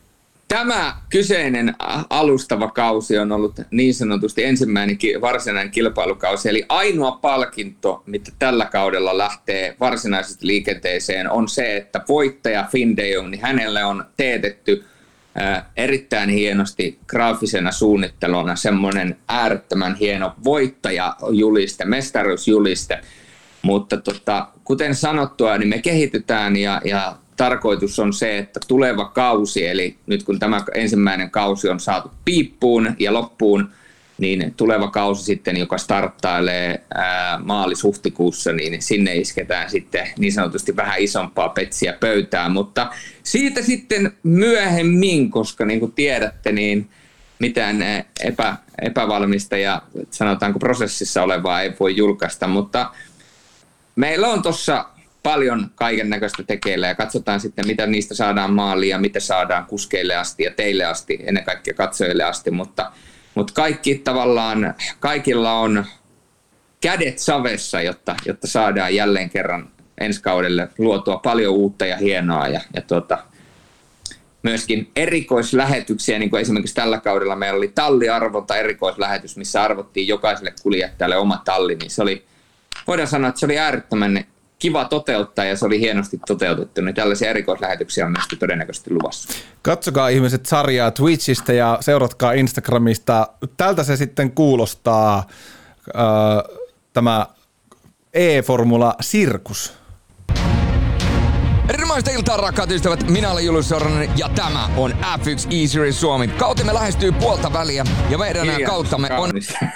Tämä kyseinen alustava kausi on ollut niin sanotusti ensimmäinen varsinainen kilpailukausi, eli ainoa palkinto, mitä tällä kaudella lähtee varsinaisesti liikenteeseen, on se, että voittaja Finn de Jong, niin hänelle on teetetty ää, erittäin hienosti graafisena suunnitteluna semmoinen äärettömän hieno voittajajuliste, mestaruusjuliste, mutta tota, kuten sanottua, niin me kehitytään ja, ja tarkoitus on se, että tuleva kausi, eli nyt kun tämä ensimmäinen kausi on saatu piippuun ja loppuun, niin tuleva kausi sitten, joka starttailee maalis-huhtikuussa, niin sinne isketään sitten niin sanotusti vähän isompaa petsiä pöytään. Mutta siitä sitten myöhemmin, koska niin kuin tiedätte, niin mitään epä, epävalmista ja sanotaanko prosessissa olevaa ei voi julkaista, mutta meillä on tuossa paljon kaiken näköistä tekeillä ja katsotaan sitten, mitä niistä saadaan maaliin ja mitä saadaan kuskeille asti ja teille asti, ennen kaikkea katsojille asti, mutta, mutta kaikki tavallaan, kaikilla on kädet savessa, jotta, jotta saadaan jälleen kerran ensi kaudelle luotua paljon uutta ja hienoa ja, ja tuota, myöskin erikoislähetyksiä, niin kuin esimerkiksi tällä kaudella meillä oli talliarvonta erikoislähetys, missä arvottiin jokaiselle kuljettajalle oma talli, niin se oli, voidaan sanoa, että se oli äärettömän kiva toteuttaa ja se oli hienosti toteutettu, niin tällaisia erikoislähetyksiä on myöskin todennäköisesti luvassa. Katsokaa ihmiset sarjaa Twitchistä ja seuratkaa Instagramista. Tältä se sitten kuulostaa äh, tämä E-formula-sirkus. Erinomaista iltaa, rakkaat ystävät. Minä olen Julius Sorronen ja tämä on F yksi E-Series Suomi. Kautemme lähestyy puolta väliä ja meidän Hilja, kauttamme on...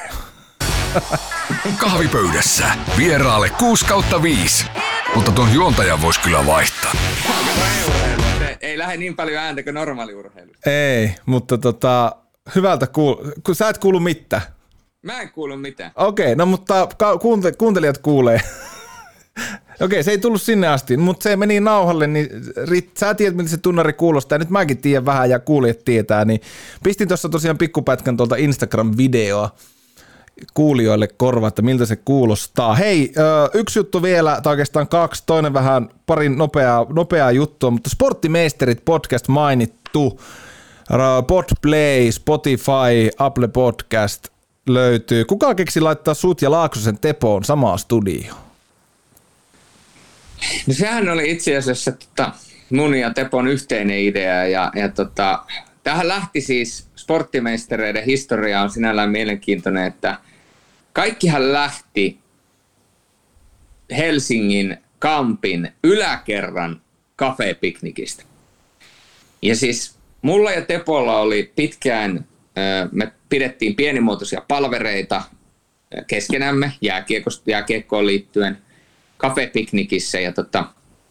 Kahvipöydässä vieraalle kuusi kautta viisi, mutta tuon juontajan voisi kyllä vaihtaa. Ei lähde niin paljon ääntä kuin normaaliurheilu. Ei, mutta tota, hyvältä kuulu. Sä et kuulu mitään. Mä en kuulu mitään. Okei, okay, no mutta kuunte- kuuntelijat kuulee. Okei, okay, se ei tullut sinne asti, mutta se meni nauhalle, niin sä tiedät, miltä se tunnari kuulostaa. Nyt mäkin tiedän vähän ja kuulijat tietää, niin pistin tuossa tosiaan pikkupätkän tuolta Instagram-videoa kuulijoille korva, että miltä se kuulostaa. Hei, yksi juttu vielä, tai oikeastaan kaksi, toinen vähän parin nopeaa, nopeaa juttua, mutta Sporttimeisterit podcast mainittu, Podplay, Spotify, Apple Podcast löytyy. Kuka keksi laittaa sut ja Laaksosen Tepoon samaan studioon? No sehän oli itse asiassa tota, mun ja Tepon yhteinen idea ja, ja tota, tähän lähti siis Sporttimeistereiden historia on sinällään mielenkiintoinen, että kaikkihan lähti Helsingin Kampin yläkerran kafepiknikistä. Ja siis mulla ja Tepolla oli pitkään, me pidettiin pienimuotoisia palvereita keskenämme jääkiekkoon liittyen kafepiknikissä ja tota,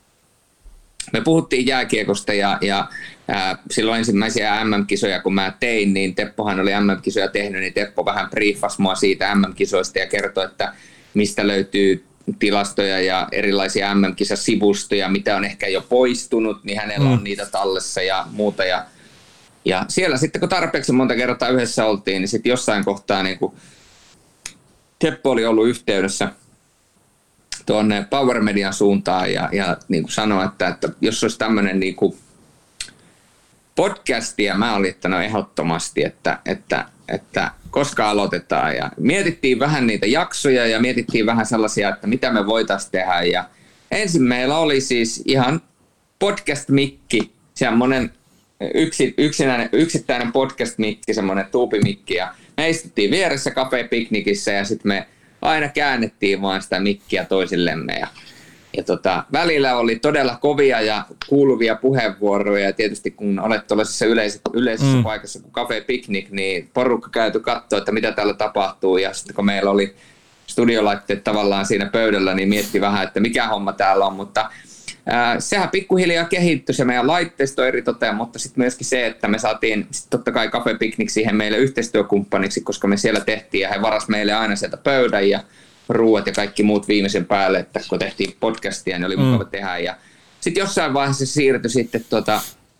me puhuttiin jääkiekosta ja, ja ää, silloin ensimmäisiä M M-kisoja, kun mä tein, niin Teppohan oli M M-kisoja tehnyt, niin Teppo vähän briefasi mua siitä M M-kisoista ja kertoi, että mistä löytyy tilastoja ja erilaisia M M-kisasivustoja, mitä on ehkä jo poistunut, niin hänellä on mm. niitä tallessa ja muuta. Ja, ja siellä sitten, kun tarpeeksi monta kertaa yhdessä oltiin, niin sitten jossain kohtaa niin kun Teppo oli ollut yhteydessä tuonne Power Median suuntaan ja, ja niin kuin sanoi, että, että jos olisi tämmöinen niin kuin podcasti, ja mä olin, että no ehdottomasti, että, että, että koska aloitetaan. Ja mietittiin vähän niitä jaksoja ja mietittiin vähän sellaisia, että mitä me voitaisiin tehdä. Ja ensin meillä oli siis ihan podcast-mikki, semmoinen yksi, yksinäinen, yksittäinen podcast-mikki, semmoinen tuupimikki. Ja me istuttiin vieressä kafepiknikissä ja sitten me aina käännettiin vaan sitä mikkiä toisillemme ja, ja tota, välillä oli todella kovia ja kuuluvia puheenvuoroja ja tietysti kun olet tuollaisessa yleisessä, yleisessä mm. paikassa kuin Cafe Picnic, niin porukka käyty katsoa, että mitä täällä tapahtuu ja sitten kun meillä oli studiolaitteet tavallaan siinä pöydällä, niin mietti vähän, että mikä homma täällä on, mutta ää, sehän pikkuhiljaa kehittyi se meidän laitteisto eri toteen, mutta sitten myöskin se, että me saatiin sit totta kai Cafe Picnic siihen meille yhteistyökumppaniksi, koska me siellä tehtiin ja he varas meille aina sieltä pöydän ja ruuat ja kaikki muut viimeisen päälle, että kun tehtiin podcastia, niin oli mm. mukava tehdä ja sitten jossain vaiheessa se siirtyi sitten tuota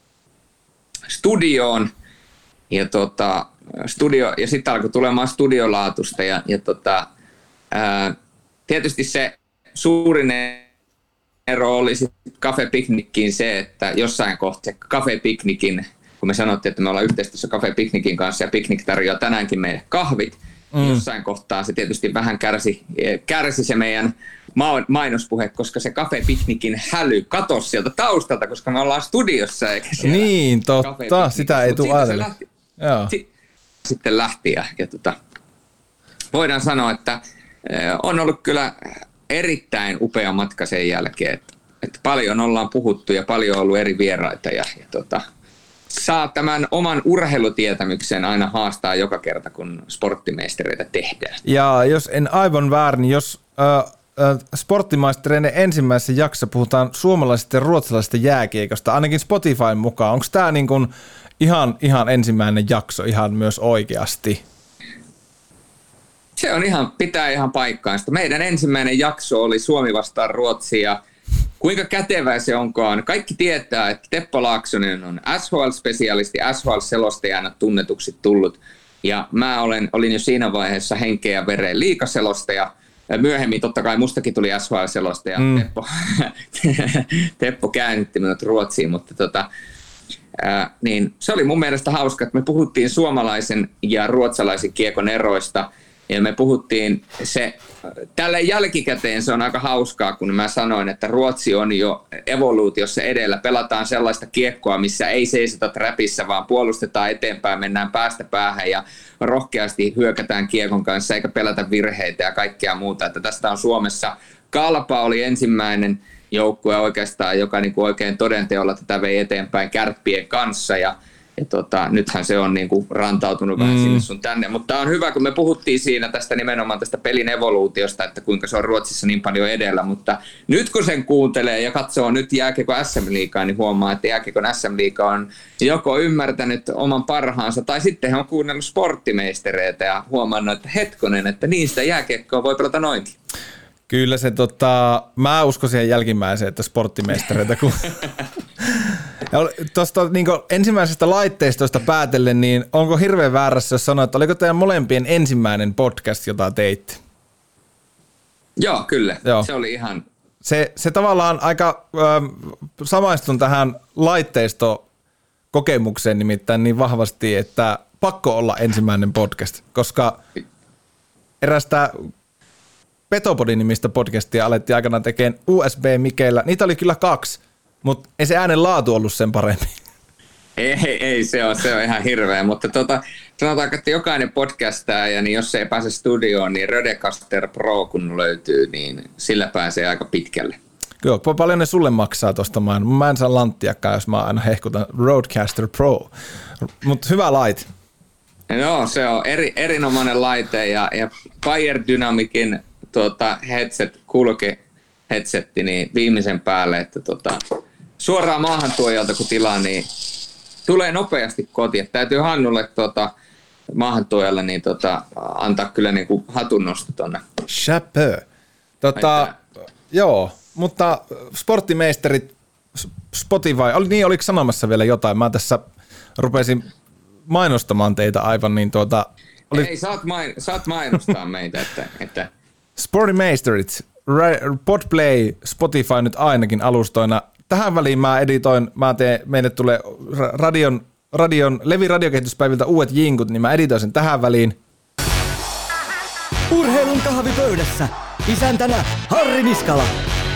studioon ja, tuota, studio, ja sitten alkoi tulemaan studiolaatusta ja, ja tota, ää, tietysti se suurin ero oli sitten Cafe Picnickiin se, että jossain kohtaa se Cafe Picnicin kun me sanottiin, että me ollaan yhteistyössä Cafe Picnicin kanssa ja Picnic tarjoaa tänäänkin meille kahvit. Mm. Jossain kohtaa se tietysti vähän kärsi, kärsi se meidän mainospuhe, koska se Cafe Picnicin häly katosi sieltä taustalta, koska me ollaan studiossa eikä siellä. Niin, totta. Sitä ei tule ajatella. Si- sitten lähti ja, ja tota, voidaan sanoa, että on ollut kyllä erittäin upea matka sen jälkeen, että, että paljon ollaan puhuttu ja paljon on ollut eri vieraita ja, ja tota, saa tämän oman urheilutietämyksen aina haastaa joka kerta, kun sporttimeistereitä tehdään. Ja jos en aivan väärin, jos äh, äh, sporttimaistereiden ensimmäisessä jaksossa puhutaan suomalaisesta ja ruotsalaisesta jääkiekosta, ainakin Spotifyn mukaan, onko tämä niin kuin ihan, ihan ensimmäinen jakso ihan myös oikeasti? Se on ihan, pitää ihan paikkaansa. Meidän ensimmäinen jakso oli Suomi vastaan Ruotsi ja kuinka kätevää se onkaan. Kaikki tietää, että Teppo Laaksonen on S H L-spesialisti, S H L-selostajana tunnetuksi tullut. Ja mä olen, olin jo siinä vaiheessa henkeä ja vereen liigaselostaja. Myöhemmin totta kai mustakin tuli S H L-selostaja. Mm. Teppo, Teppo käännytti minut Ruotsiin, mutta tota, ää, niin se oli mun mielestä hauska, että me puhuttiin suomalaisen ja ruotsalaisen kiekon eroista. Ja me puhuttiin se, tälle jälkikäteen se on aika hauskaa, kun mä sanoin, että Ruotsi on jo evoluutiossa edellä. Pelataan sellaista kiekkoa, missä ei seisota trapissa, vaan puolustetaan eteenpäin, mennään päästä päähän ja rohkeasti hyökätään kiekon kanssa, eikä pelätä virheitä ja kaikkea muuta. Että tästä on Suomessa, Kalpa oli ensimmäinen joukkue oikeastaan, joka niin kuin oikein todenteolla tätä vei eteenpäin Kärppien kanssa ja Ja tota, nythän se on niinku rantautunut vähän mm. sinne sun tänne, mutta on hyvä, kun me puhuttiin siinä tästä nimenomaan tästä pelin evoluutiosta, että kuinka se on Ruotsissa niin paljon edellä, mutta nyt kun sen kuuntelee ja katsoo nyt jääkiekon S M-liigaa, niin huomaa, että jääkiekon S M-liiga on joko ymmärtänyt oman parhaansa, tai sitten he on kuunnellut sporttimeistereitä ja huomannut, että hetkonen, että niistä jääkiekkoa voi pelata noinkin. Kyllä se, tota, mä uskon siihen jälkimmäiseen, että sporttimeistereitä, kun tuosta niin ensimmäisestä laitteistosta päätellen, niin onko hirveän väärässä, jos sanoo, että oliko teidän molempien ensimmäinen podcast, jota teitte? Joo, kyllä. Joo. Se oli ihan... Se, se tavallaan aika äh, samaistun tähän laitteistokokemukseen nimittäin niin vahvasti, että pakko olla ensimmäinen podcast, koska erästä Petopodin-nimistä podcastia alettiin aikanaan tekemään U S B-mikeillä. Niitä oli kyllä kaksi, mutta ei se äänen laatu ollut sen paremmin. Ei, ei se, on, se on ihan hirveä, mutta tota, sanotaan, että jokainen podcastaa, niin jos ei pääse studioon, niin Rodecaster Pro kun löytyy, niin sillä pääsee aika pitkälle. Kyllä, paljon ne sulle maksaa tuosta maan. Mä en saa lanttiakaan, jos mä aina hehkutan Rodecaster Pro, mutta hyvä laite. No, se on eri, erinomainen laite ja, ja Fire Dynamicin tuota, headset, kulke headsetti, niin viimeisen päälle, että tota, suoraan maahantuojalta kun tilaa, niin tulee nopeasti kotiin. Täytyy Hannulle tota, maahantuojalle niin, tota, antaa kyllä niin kuin hatunnosto tuonne. Chapeau. Tota, joo, mutta sporttimeisterit, Spotify, oli, niin oliko sanomassa vielä jotain? Mä tässä rupesin mainostamaan teitä aivan niin tuota... Oli... Ei, saat, main, saat mainostaa meitä, että... että... Sporttimeisterit, Podplay, Spotify nyt ainakin alustoina. Tähän väliin mä editoin, mä teen, meille tulee radion, radion, Levi radiokehityspäiviltä uudet jinkut, niin mä editoin sen tähän väliin. Urheilun kahvipöydässä, isäntänä Harri Niskala.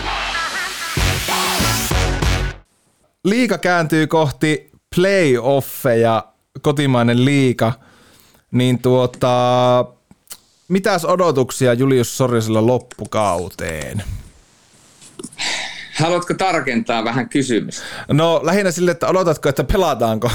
Liiga kääntyy kohti playoffeja, kotimainen liiga, niin tuota... Mitäs odotuksia Julius Sorjasella loppukauteen? Haluatko tarkentaa vähän kysymystä? No lähinnä sille, että odotatko, että pelataanko?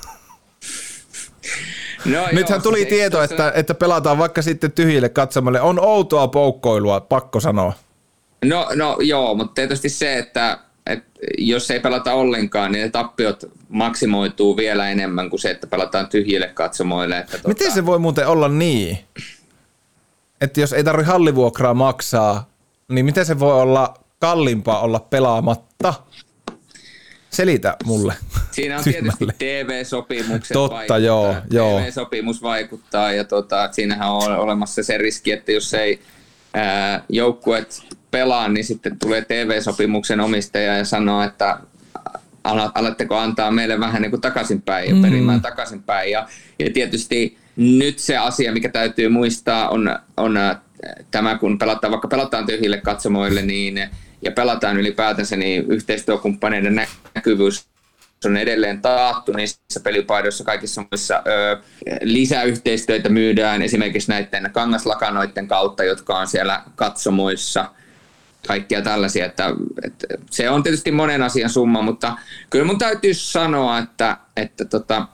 No, Nythän joo, tuli se, tieto, se, että, että pelataan vaikka sitten tyhjille katsomalle. On outoa poukkoilua, pakko sanoa. No, no joo, mutta tietysti se, että, että jos ei pelata ollenkaan, niin ne tappiot maksimoituu vielä enemmän kuin se, että pelataan tyhjille katsomoille. Että Miten tota... se voi muuten olla niin? Että jos ei tarvitse hallivuokraa maksaa, niin miten se voi olla kalliimpaa olla pelaamatta? Selitä mulle. Siinä on tietysti T V-sopimukset. Totta, joo, joo. T V-sopimus vaikuttaa ja tota, siinähän on olemassa se riski, että jos ei ää, joukkueet pelaa, niin sitten tulee T V-sopimuksen omistaja ja sanoo, että alatteko antaa meille vähän niin kuin takaisinpäin ja perimään mm. takaisinpäin. Ja, ja tietysti nyt se asia, mikä täytyy muistaa, on, on tämä, kun pelataan, vaikka pelataan tyhjille katsomoille niin, ja pelataan ylipäätänsä, niin yhteistyökumppaneiden näkyvyys on edelleen taattu niissä pelipaidoissa, kaikissa muissa ö, lisäyhteistyötä myydään esimerkiksi näiden kangaslakanoiden kautta, jotka on siellä katsomoissa, kaikkia tällaisia, että, että se on tietysti monen asian summa, mutta kyllä mun täytyy sanoa, että, että, tota,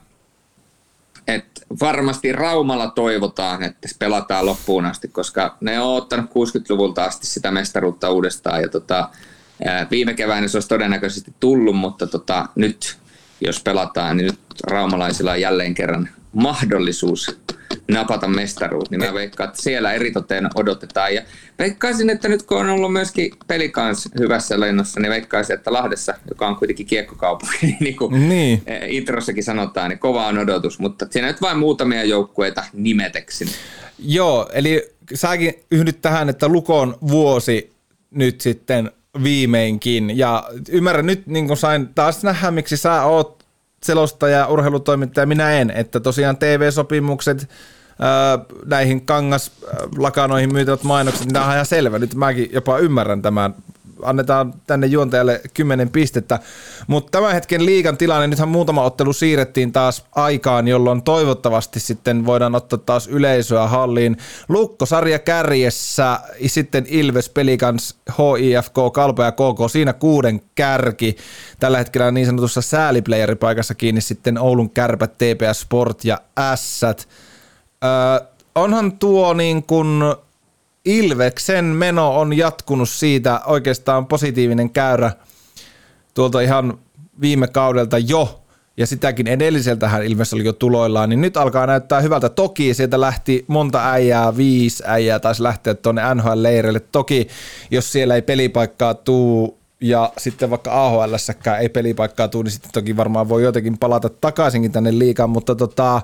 että varmasti Raumalla toivotaan, että se pelataan loppuun asti, koska ne on ottanut kuusikymmentäluvulta asti sitä mestaruutta uudestaan ja tota, viime keväänä se olisi todennäköisesti tullut, mutta tota, nyt jos pelataan, niin nyt raumalaisilla on jälleen kerran mahdollisuus napata mestaruus, niin mä veikkaan, että siellä eritoten odotetaan. Ja veikkaisin, että nyt kun on ollut myöskin Pelicans hyvässä lennossa, niin veikkaisin, että Lahdessa, joka on kuitenkin kiekkokaupunki, niin kuin niin. introssakin sanotaan, niin kova on odotus, mutta siinä nyt vain muutamia joukkueita nimeteksi. Joo, eli säkin yhdyt tähän, että Lukon vuosi nyt sitten viimeinkin, ja ymmärrän nyt, niin kuin sain taas nähdä, miksi sä oot selostaja, urheilutoimittaja, minä en, että tosiaan T V-sopimukset, ää, näihin kangaslakanoihin myytävät mainokset, niin tämä on ihan selvä, nyt mäkin jopa ymmärrän tämän, annetaan tänne juontajalle kymmenen pistettä, mutta tämän hetken liigan tilanne, nythän muutama ottelu siirrettiin taas aikaan, jolloin toivottavasti sitten voidaan ottaa taas yleisöä halliin. Lukko sarja kärjessä, sitten Ilves, Pelicans, H I F K, Kalpa ja K K, siinä kuuden kärki. Tällä hetkellä niin sanotussa sääliplayeripaikassa kiinni sitten Oulun Kärpät, T P S Sport ja Ässät. Öö, onhan tuo niin kuin Ilveksen meno on jatkunut siitä oikeastaan positiivinen käyrä tuolta ihan viime kaudelta jo, ja sitäkin edelliseltähän Ilves oli jo tuloillaan, niin nyt alkaa näyttää hyvältä. Toki sieltä lähti monta äijää, viisi äijää taisi lähteä tuonne N H L-leireille. Toki jos siellä ei pelipaikkaa tuu ja sitten vaikka A H L:ssäkään ei pelipaikkaa tuu, niin sitten toki varmaan voi jotenkin palata takaisinkin tänne liigaan, mutta tota...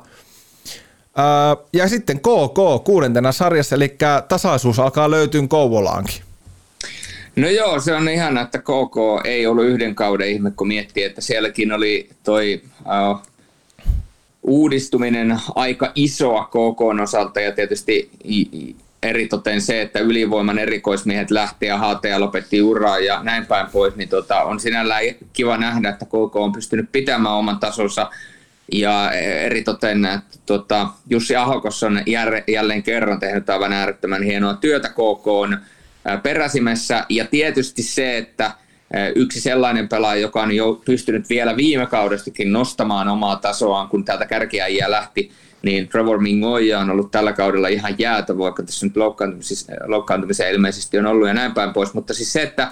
ja sitten K K kuudentena sarjassa, eli tasaisuus alkaa löytyä Kouvolaankin. No joo, se on ihana, että K K ei ollut yhden kauden ihme, kun miettii, että sielläkin oli toi uh, uudistuminen aika isoa K K:n osalta ja tietysti eritoten se, että ylivoiman erikoismiehet lähti ja H T lopetti uraa ja näin päin pois, niin tota, on sinällään kiva nähdä, että K K on pystynyt pitämään oman tasonsa. Ja eritoten että, tota, Jussi Ahokos on jälleen kerran tehnyt aivan äärettömän hienoa työtä K K:n peräsimessä. Ja tietysti se, että yksi sellainen pelaaja, joka on jo pystynyt vielä viime kaudestakin nostamaan omaa tasoaan, kun täältä kärkiäjiä lähti, niin Trevor Mingoja on ollut tällä kaudella ihan jäätä, vaikka tässä nyt loukkaantumisia ilmeisesti on ollut ja näin päin pois. Mutta siis se, että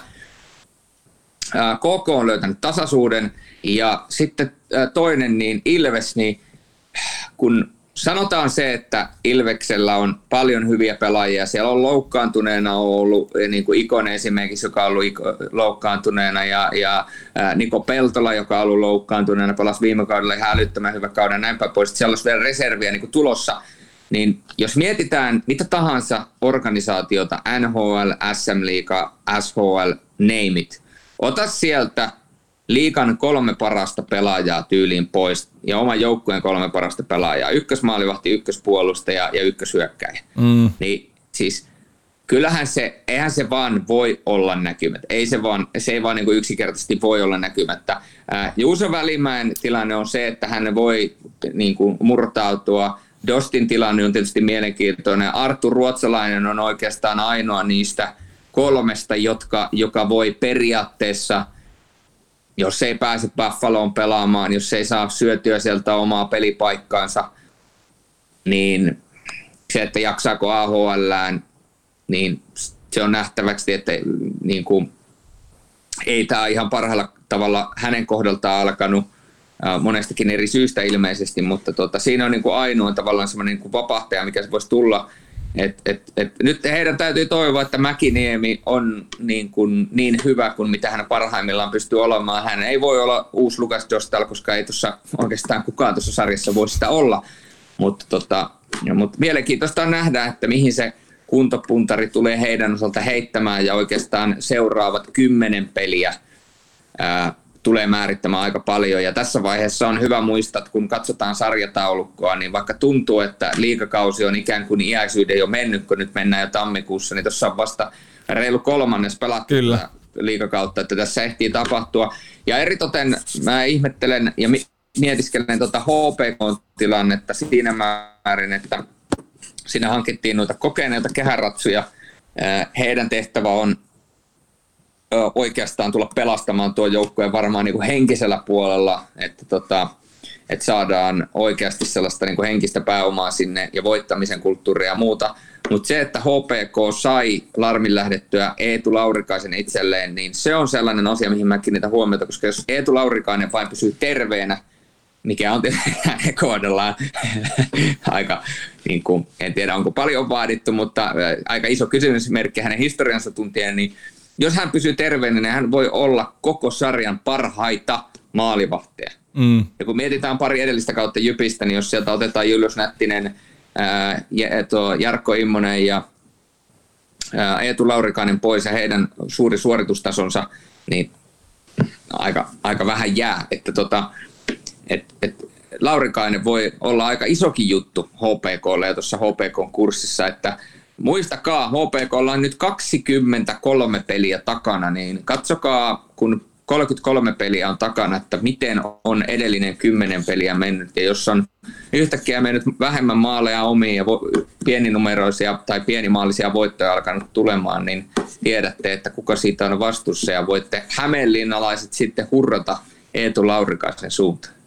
K K on löytänyt tasaisuuden ja sitten toinen, niin Ilves, niin kun sanotaan se, että Ilveksellä on paljon hyviä pelaajia, siellä on loukkaantuneena ollut niin kuin Ikonen esimerkiksi, joka on ollut loukkaantuneena ja, ja Niko Peltola, joka on ollut loukkaantuneena, pelasi viime kaudella ihan älyttömän hyvä kauden näin päin pois, siellä olisi vielä reserviä niin kuin tulossa. Niin jos mietitään mitä tahansa organisaatiota, N H L, S M-liiga, S H L, name it, ota sieltä liigan kolme parasta pelaajaa tyyliin pois ja oman joukkueen kolme parasta pelaajaa, ykkösmaalivahti, ykköspuolustaja ja ykköshyökkäjä. Mm. Niin siis kyllähän se, eihän se vaan voi olla näkymättä. Ei se, vaan, se ei vaan niin kuin yksinkertaisesti voi olla näkymättä. Äh, Juuso Välimäen tilanne on se, että hän voi niin kuin murtautua. Dostin tilanne on tietysti mielenkiintoinen. Arttu Ruotsalainen on oikeastaan ainoa niistä kolmesta, jotka, joka voi periaatteessa, jos ei pääse Buffaloon pelaamaan, jos ei saa syötyä sieltä omaa pelipaikkaansa, niin se, että jaksaako A H L:ään, niin se on nähtäväksi, että niin kuin, ei tämä ihan parhaalla tavalla hänen kohdaltaan alkanut äh, monestakin eri syystä ilmeisesti, mutta tota, siinä on niin kuin ainoa tavallaan semmoinen niin kuin vapahtaja, mikä se voisi tulla. Et, et, et, nyt heidän täytyy toivoa, että Mäkiniemi on niin, kuin, niin hyvä kuin mitä hän parhaimmillaan pystyy olemaan. Hän ei voi olla uusi Lukas Dostal, koska ei tuossa oikeastaan kukaan tuossa sarjassa voi sitä olla. Mutta tota, mut mielenkiintoista on nähdä, että mihin se kuntopuntari tulee heidän osalta heittämään ja oikeastaan seuraavat kymmenen peliä ää, tulee määrittämään aika paljon. Ja tässä vaiheessa on hyvä muistaa, että kun katsotaan sarjataulukkoa, niin vaikka tuntuu, että liigakausi on ikään kuin iäisyyden jo mennyt, kun nyt mennään jo tammikuussa, niin tuossa on vasta reilu kolmannes pelattu liigakautta, että tässä ehtii tapahtua. Ja eritoten mä ihmettelen ja mietiskelen tuota H P K-tilannetta siinä määrin, että siinä hankittiin noita kokeneita kehäratsuja. Heidän tehtävä on oikeastaan tulla pelastamaan tuo joukkueen varmaan niin kuin henkisellä puolella, että, tota, että saadaan oikeasti sellaista niin kuin henkistä pääomaa sinne ja voittamisen kulttuuria ja muuta. Mutta se, että H P K sai Larmin lähdettyä Eetu Laurikaisen itselleen, niin se on sellainen asia, mihin mä kiinnitän huomiota, koska jos Eetu Laurikainen vain pysyy terveenä, mikä on hänen kohdallaan aika, niin kuin, en tiedä onko paljon vaadittu, mutta aika iso kysymysmerkki hänen historiansa tuntien, niin jos hän pysyy terveenä, niin hän voi olla koko sarjan parhaita maalivahteja. Mm. Ja kun mietitään pari edellistä kautta Jypistä, niin jos sieltä otetaan Julius Nättinen, ää, Jarkko Immonen ja ää, Eetu Laurikainen pois ja heidän suuri suoritustasonsa, niin aika, aika vähän jää. Että tota, et, et Laurikainen voi olla aika isokin juttu H P K:lle ja tuossa H P K-kurssissa, että muistakaa, H P K:lla on nyt kaksikymmentäkolme peliä takana, niin katsokaa, kun kolmekymmentäkolme peliä on takana, että miten on edellinen kymmenen peliä mennyt. Ja jos on yhtäkkiä mennyt vähemmän maaleja omiin ja vo- pieninumeroisia tai pienimaalisia voittoja alkanut tulemaan, niin tiedätte, että kuka siitä on vastuussa ja voitte hämeenlinnalaiset sitten hurrata Eetu Laurikaisen suuntaan.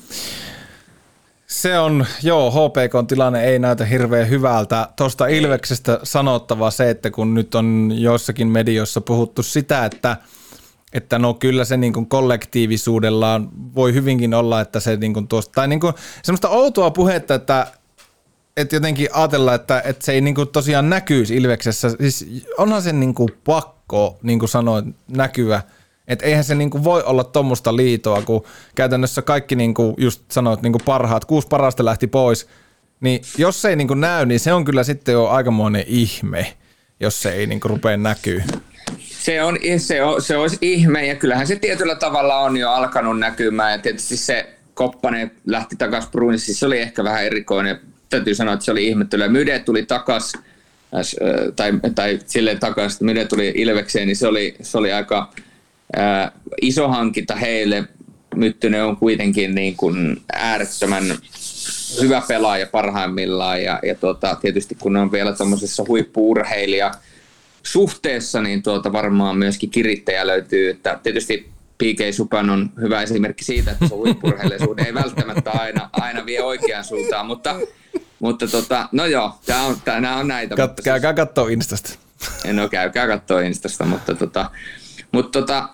Se on, joo, H P K:n tilanne ei näytä hirveän hyvältä. Tuosta Ilveksestä sanottava se, että kun nyt on joissakin medioissa puhuttu sitä, että, että no kyllä se niin kuin kollektiivisuudellaan voi hyvinkin olla, että se niin kuin tuosta, tai niin kuin semmoista outoa puhetta, että, että jotenkin ajatellaan, että, että se ei niin kuin tosiaan näkyisi Ilveksessä. Siis onhan se niin kuin pakko, niin kuin sanoin, näkyä. Että eihän se niinku voi olla tuommoista liitoa, kun käytännössä kaikki, niinku just sanoit, niinku parhaat, kuusi parasta lähti pois, niin jos se ei niinku näy, niin se on kyllä sitten jo aikamoinen ihme, jos se ei niinku rupea näkyy. Se, on, se, on, se olisi ihme, ja kyllähän se tietyllä tavalla on jo alkanut näkymään, ja tietysti se Koppanen lähti takaisin Bruinsissa, se oli ehkä vähän erikoinen, täytyy sanoa, että se oli ihmettelyä. Myde tuli takaisin, tai, tai silleen takaisin, että Myde tuli Ilvekseen, niin se oli, se oli aika... Ää, iso hankinta heille. Myttynen on kuitenkin niin kuin äärettömän hyvä pelaaja parhaimmillaan ja, ja tuota, tietysti kun on vielä tuommoisessa huippu-urheilija suhteessa, niin tuota varmaan myöskin kirittäjä löytyy. Että tietysti P K Subban on hyvä esimerkki siitä, että se huippu-urheilijaisuus ei välttämättä aina, aina vie oikeaan suuntaan, mutta, mutta tota, no joo, tää on, tää, nämä on näitä. Kat, käykää siis, kattoo Instasta. No käykää kattoo Instasta, mutta tota, mutta tota,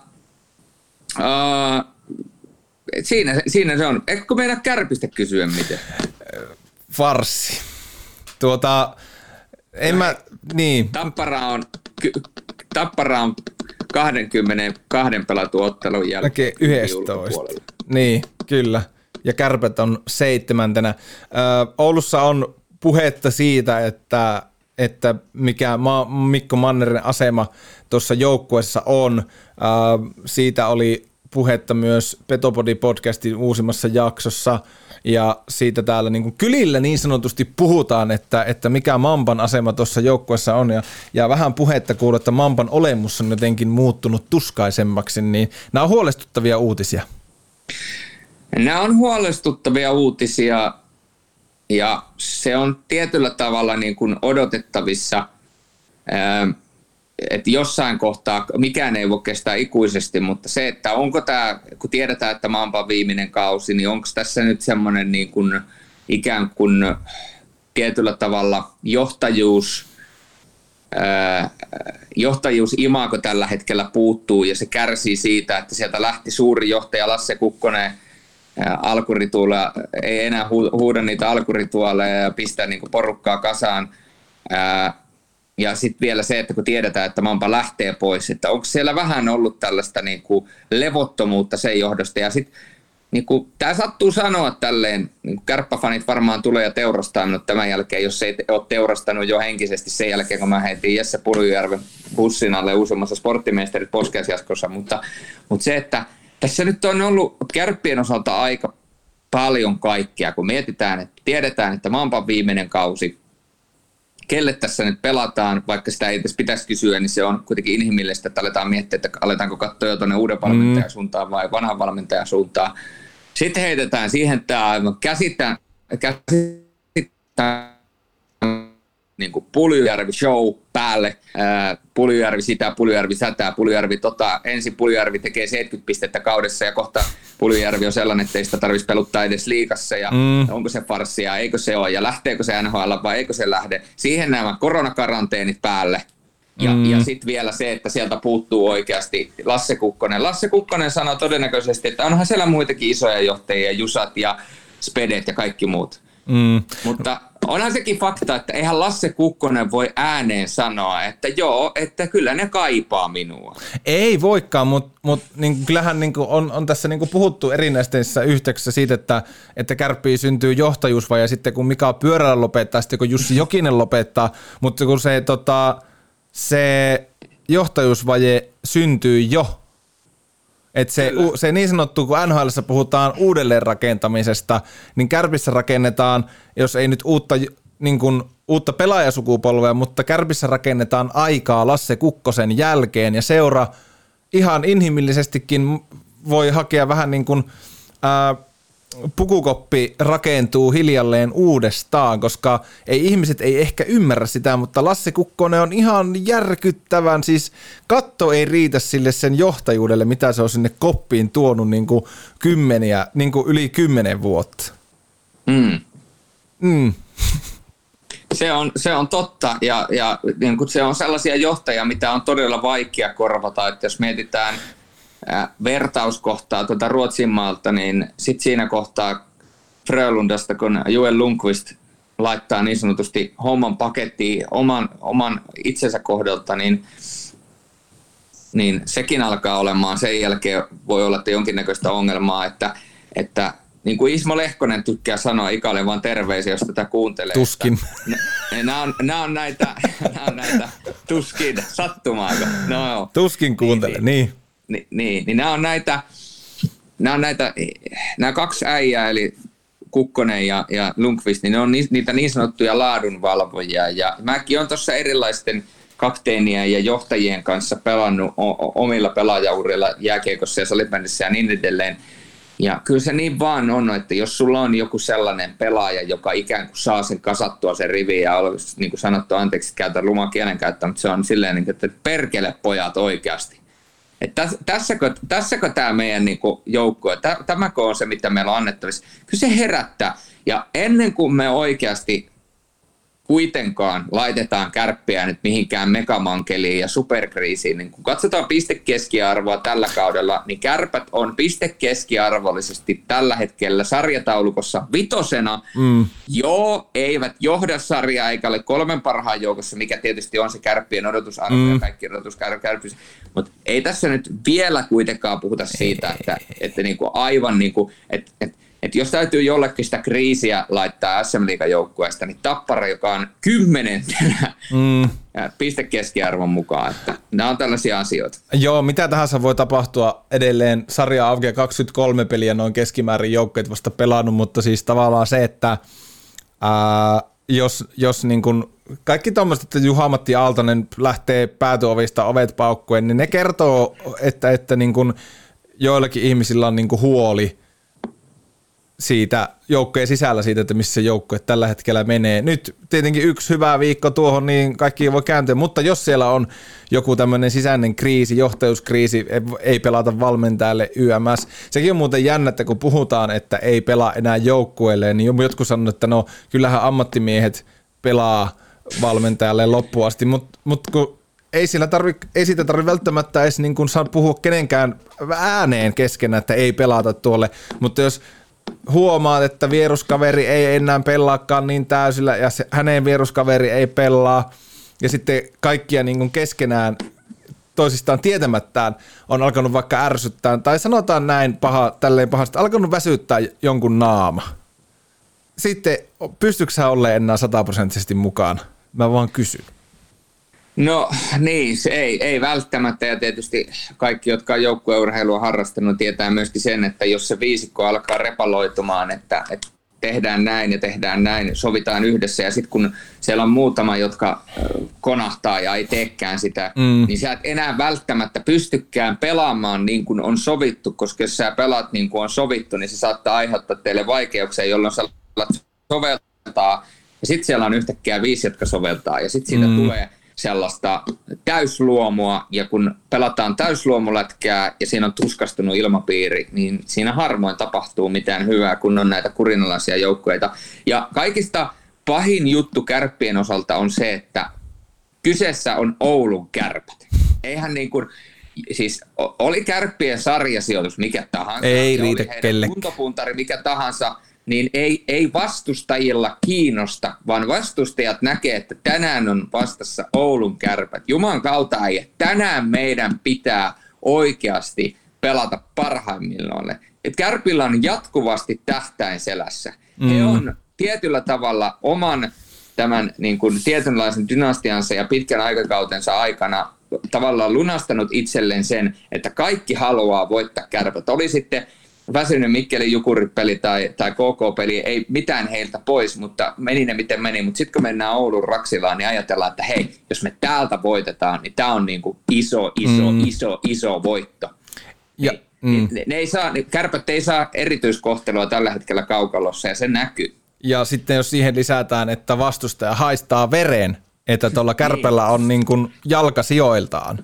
uh, siinä, siinä se on. Eikö meidän Kärpistä kysyä miten? Farssi. Tuota, en no, mä, niin. Tappara on, Tappara on kaksikymmentäkaksi pelatun ottelun jälkeen. yksitoista. Niin, kyllä. Ja Kärpät on seitsemäntenä. Ö, Oulussa on puhetta siitä, että että mikä Ma- Mikko Mannerinen asema tuossa joukkueessa on. Äh, siitä oli puhetta myös Petopodi-podcastin uusimmassa jaksossa, ja siitä täällä niin kuin kylillä niin sanotusti puhutaan, että, että mikä Mampan asema tuossa joukkueessa on, ja, ja vähän puhetta kuuluu, että Mampan olemus on jotenkin muuttunut tuskaisemmaksi, niin nämä on huolestuttavia uutisia. Nämä on huolestuttavia uutisia, ja se on tietyllä tavalla niin kuin odotettavissa, että jossain kohtaa mikään ei voi kestää ikuisesti, mutta se, että onko tämä, kun tiedetään, että Mampan viimeinen kausi, niin onko tässä nyt semmoinen niin kuin ikään kuin tietyllä tavalla johtajuus, johtajuusimaako tällä hetkellä puuttuu, ja se kärsii siitä, että sieltä lähti suuri johtaja Lasse Kukkonen alkurituulla, ei enää huuda niitä alkurituaaleja ja pistää niinku porukkaa kasaan. Ää, ja sitten vielä se, että kun tiedetään, että Mampa lähtee pois, että onko siellä vähän ollut tällaista niinku levottomuutta sen johdosta. Ja sitten niinku, tämä sattuu sanoa tälleen, niinku kärppäfanit varmaan tulee ja teurastaa minut tämän jälkeen, jos ei ole teurastanut jo henkisesti sen jälkeen, kun mä heitin Jesse Purujärven bussin alle uusimmassa sporttimeisterit Poskeasjaskossa. Mutta, mutta se, että tässä nyt on ollut Kärppien osalta aika paljon kaikkea, kun mietitään, että tiedetään, että maanpan viimeinen kausi, kelle tässä nyt pelataan, vaikka sitä ei edes pitäisi kysyä, niin se on kuitenkin inhimillistä, että aletaan miettiä, että aletaanko katsoa jo tuonne uuden valmentajan suuntaan vai vanhan valmentajan suuntaan. Sitten heitetään siihen tämä aivan käsitään, käsitään niin kuin Puljujärvi show päälle. Ää, Puljujärvi sitä, Puljujärvi sätää, Puljujärvi tota. Ensin Puljujärvi tekee seitsemänkymmentä pistettä kaudessa ja kohta Puljujärvi on sellainen, että ei sitä tarvitsisi peluttaa edes liigassa ja mm. onko se farssia, eikö se ole ja lähteekö se N H L vai eikö se lähde. Siihen nämä koronakaranteenit päälle. Ja, mm. ja sitten vielä se, että sieltä puuttuu oikeasti Lasse Kukkonen. Lasse Kukkonen sanoo todennäköisesti, että onhan siellä muitakin isoja johtajia, Jusat ja Spedet ja kaikki muut. Mm. Mutta onhan sekin fakta, että eihän Lasse Kukkonen voi ääneen sanoa, että joo, että kyllä ne kaipaa minua. Ei voikaan, mutta mut, niin, kyllähän niin on, on tässä niin puhuttu erinäisissä yhteyksissä siitä, että, että Kärppiin syntyy johtajuusvaje sitten kun Mika Pyörälä lopettaa, sitten kun Jussi Jokinen lopettaa, mutta kun se, tota, se johtajuusvaje syntyy jo. Että se, se niin sanottu, kun N H L:ssä puhutaan uudelleenrakentamisesta, niin Kärpissä rakennetaan, jos ei nyt uutta, niin kuin, uutta pelaajasukupolvea, mutta Kärpissä rakennetaan aikaa Lasse Kukkosen jälkeen ja seura ihan inhimillisestikin voi hakea vähän niin kuin ää, pukukoppi rakentuu hiljalleen uudestaan, koska ei ihmiset ei ehkä ymmärrä sitä, mutta Lasse Kukkonen on ihan järkyttävän, siis katto ei riitä sille sen johtajuudelle, mitä se on sinne koppiin tuonut niin kuin kymmeniä, niin kuin yli kymmenen vuotta. Mm. Mm. Se on, se on totta ja, ja niin kuin se on sellaisia johtajia, mitä on todella vaikea korvata, että jos mietitään vertauskohtaa tuota Ruotsinmaalta, niin sitten siinä kohtaa Frölundasta, kun Joel Lundqvist laittaa niin sanotusti homman pakettiin oman, oman itsensä kohdalta, niin, niin sekin alkaa olemaan. Sen jälkeen voi olla, että jonkinnäköistä ongelmaa, että, että niin kuin Ismo Lehkonen tykkää sanoa Ikalle vaan terveisiä, jos tätä kuuntelee. Tuskin. Nämä on, nämä on näitä, nämä on näitä tuskin, sattumaako? No, tuskin kuuntele, niin. niin. Niin, niin, niin nämä on näitä, nämä on näitä, nämä kaksi äijää, eli Kukkonen ja, ja Lundqvist, niin ne on ni, niitä niin sanottuja laadunvalvojia. Ja mäkin olen tuossa erilaisten kapteenien ja johtajien kanssa pelannut o, omilla pelaajaurilla jääkiekossa ja salibändissä ja niin edelleen. Ja kyllä se niin vaan on, että jos sulla on joku sellainen pelaaja, joka ikään kuin saa sen kasattua sen rivin ja niin kuin sanottu, anteeksi, käytän lumaa kielenkäyttöä, mutta se on silleen, että perkele pojat oikeasti. Että tässäkö, tässäkö tämä meidän niinku joukkue, tämäkö on se, mitä meillä on annettavissa? Kyllä se herättää. Ja ennen kuin me oikeasti kuitenkaan laitetaan Kärppiä nyt mihinkään megamankeliin ja superkriisiin, niin kun katsotaan pistekeskiarvoa tällä kaudella, niin Kärpät on pistekeskiarvollisesti tällä hetkellä sarjataulukossa vitosena. Mm. Joo, eivät johda sarjaa eikä ole kolmen parhaan joukossa, mikä tietysti on se Kärppien odotusarvo mm. ja kaikki odotusarvot. Mutta ei tässä nyt vielä kuitenkaan puhuta siitä, ei, että, että niinku aivan niinku, että et, et jos täytyy jollekin sitä kriisiä laittaa S M-liigan joukkueesta, niin Tappara, joka on kymmenentenä mm. pistekeskiarvon mukaan. Että nämä on tällaisia asioita. Joo, mitä tahansa voi tapahtua edelleen. Sarja aukeaa kaksikymmentäkolme peliä noin keskimäärin joukkueet vasta pelannut, mutta siis tavallaan se, että ää, jos, jos niin kun kaikki tuommoiset, että Juha-Matti Aaltonen lähtee päätyovista ovet paukkuen, niin ne kertoo, että, että niin kun joillakin ihmisillä on niin kun huoli siitä joukkojen sisällä siitä, että missä se joukkue tällä hetkellä menee. Nyt tietenkin yksi hyvä viikko tuohon, niin kaikki voi kääntyä, mutta jos siellä on joku tämmöinen sisäinen kriisi, johtajuuskriisi, ei pelata valmentajalle Y M S. Sekin on muuten jännä, että kun puhutaan, että ei pelaa enää joukkueelle, niin jotkut sanoo, että no kyllähän ammattimiehet pelaa valmentajalle loppuun asti, mutta mut kun ei, siellä tarvi, ei siitä tarvitse välttämättä edes niin kuin saa puhua kenenkään ääneen keskenään, että ei pelata tuolle, mutta jos huomaat, että vieruskaveri ei enää pelaakaan niin täysillä ja se, hänen vieruskaveri ei pelaa ja sitten kaikkia niin kuin keskenään toisistaan tietämättään on alkanut vaikka ärsyttää tai sanotaan näin paha, tälleen pahasti, alkanut väsyttää jonkun naama. Sitten pystytkö sä olleen enää sataprosenttisesti mukaan? Mä vaan kysyn. No niin, se ei, ei välttämättä ja tietysti kaikki, jotka on joukkueurheilua harrastanut, tietää myöskin sen, että jos se viisikko alkaa repaloitumaan, että, että tehdään näin ja tehdään näin, sovitaan yhdessä ja sitten kun siellä on muutama, jotka konahtaa ja ei teekään sitä, mm. niin sä et enää välttämättä pystykään pelaamaan niin kuin on sovittu, koska jos sä pelaat niin kuin on sovittu, niin se saattaa aiheuttaa teille vaikeuksia, jolloin sä alat soveltaa ja sitten siellä on yhtäkkiä viisi, jotka soveltaa ja sitten siitä mm. tulee sellaista täysluomua, ja kun pelataan täysluomulätkää ja siinä on tuskastunut ilmapiiri, niin siinä harvoin tapahtuu mitään hyvää, kun on näitä kurinalaisia joukkueita. Ja kaikista pahin juttu Kärppien osalta on se, että kyseessä on Oulun Kärpät. Eihän niin kuin, siis oli Kärppien sarjasijoitus mikä tahansa, ei ja riitä oli heidän kelle. kuntopuntari mikä tahansa, niin ei, ei vastustajilla kiinnosta, vaan vastustajat näkee, että tänään on vastassa Oulun Kärpät. Juman kautta ei, tänään meidän pitää oikeasti pelata parhaimmillaan. Et Kärpillä on jatkuvasti tähtäin selässä. Mm. He on tietyllä tavalla oman tämän niin kuin tietynlaisen dynastiansa ja pitkän aikakautensa aikana tavallaan lunastanut itselleen sen, että kaikki haluaa voittaa Kärpät. Oli sitten väsynyt Mikkelin Jukurit-peli tai, tai K K-peli, ei mitään heiltä pois, mutta meni ne miten meni. Mutta sitten kun mennään Oulun Raksilaan, niin ajatellaan, että hei, jos me täältä voitetaan, niin tämä on niinku iso, iso, mm. iso, iso voitto. Ja, niin, mm. ne, ne ei saa, ne Kärpät ei saa erityiskohtelua tällä hetkellä kaukalossa ja se näkyy. Ja sitten jos siihen lisätään, että vastustaja haistaa veren, että tuolla Kärpällä on niin kuin jalka sijoiltaan,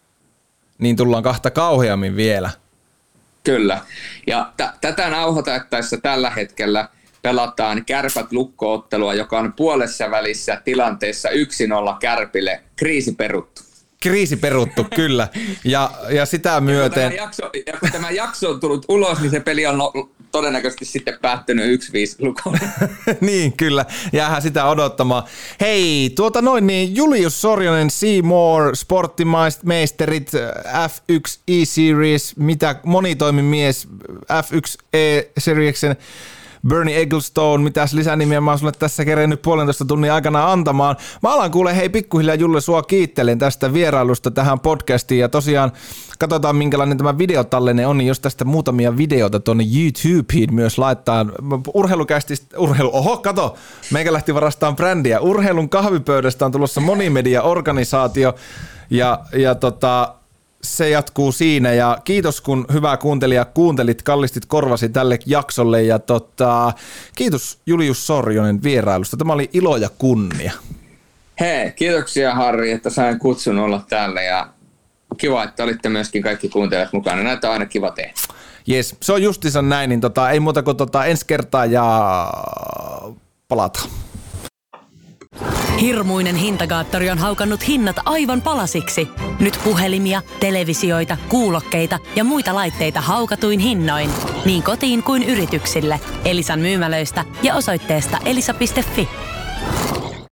niin tullaan kahta kauheammin vielä. Kyllä. Ja t- tätä nauhoitettaessa tällä hetkellä pelataan Kärpät-Lukko-ottelua, joka on puolessa välissä tilanteessa yksi nolla Kärpille. Kriisi peruttu. Kriisi peruttu, kyllä. Ja, ja sitä myöten... Ja kun, jakso, ja kun tämä jakso on tullut ulos, niin se peli on no, todennäköisesti sitten päättynyt yksi viisi Lukolle. Niin, kyllä. Jäähän sitä odottamaan. Hei, tuota noin niin, Julius Sorjonen, Seymour, sporttimeisterit, F yksi E-Series, mitä monitoimimies, F yksi E-Serieksen Bernie Egglestone, mitäs lisänimiä mä oon sulle tässä kerennyt puolentoista tunnin aikana antamaan. Mä alan kuule, hei pikkuhiljaa Julle, sua kiittelen tästä vierailusta tähän podcastiin ja tosiaan katsotaan minkälainen tämä videotallenne on, niin jos tästä muutamia videoita tuonne YouTubeen myös laittaa. Urheilukästistä, urheilu, oho, kato, meikä lähti varastaan brändiä. Urheilun kahvipöydästä on tulossa monimedia-organisaatio ja, ja tota... se jatkuu siinä ja kiitos kun hyvä kuuntelija kuuntelit, kallistit korvasi tälle jaksolle ja tota, kiitos Julius Sorjonen vierailusta. Tämä oli ilo ja kunnia. Hei, kiitoksia Harri, että sain kutsun olla täällä ja kiva, että olitte myöskin kaikki kuuntelijat mukana. Näitä on aina kiva tehdä. Jes, se on justiinsa näin, niin tota, ei muuta kuin tota, ensi kertaa ja palataan. Hirmuinen hintakaattori on haukannut hinnat aivan palasiksi. Nyt puhelimia, televisioita, kuulokkeita ja muita laitteita haukatuin hinnoin. Niin kotiin kuin yrityksille. Elisan myymälöistä ja osoitteesta elisa piste fi.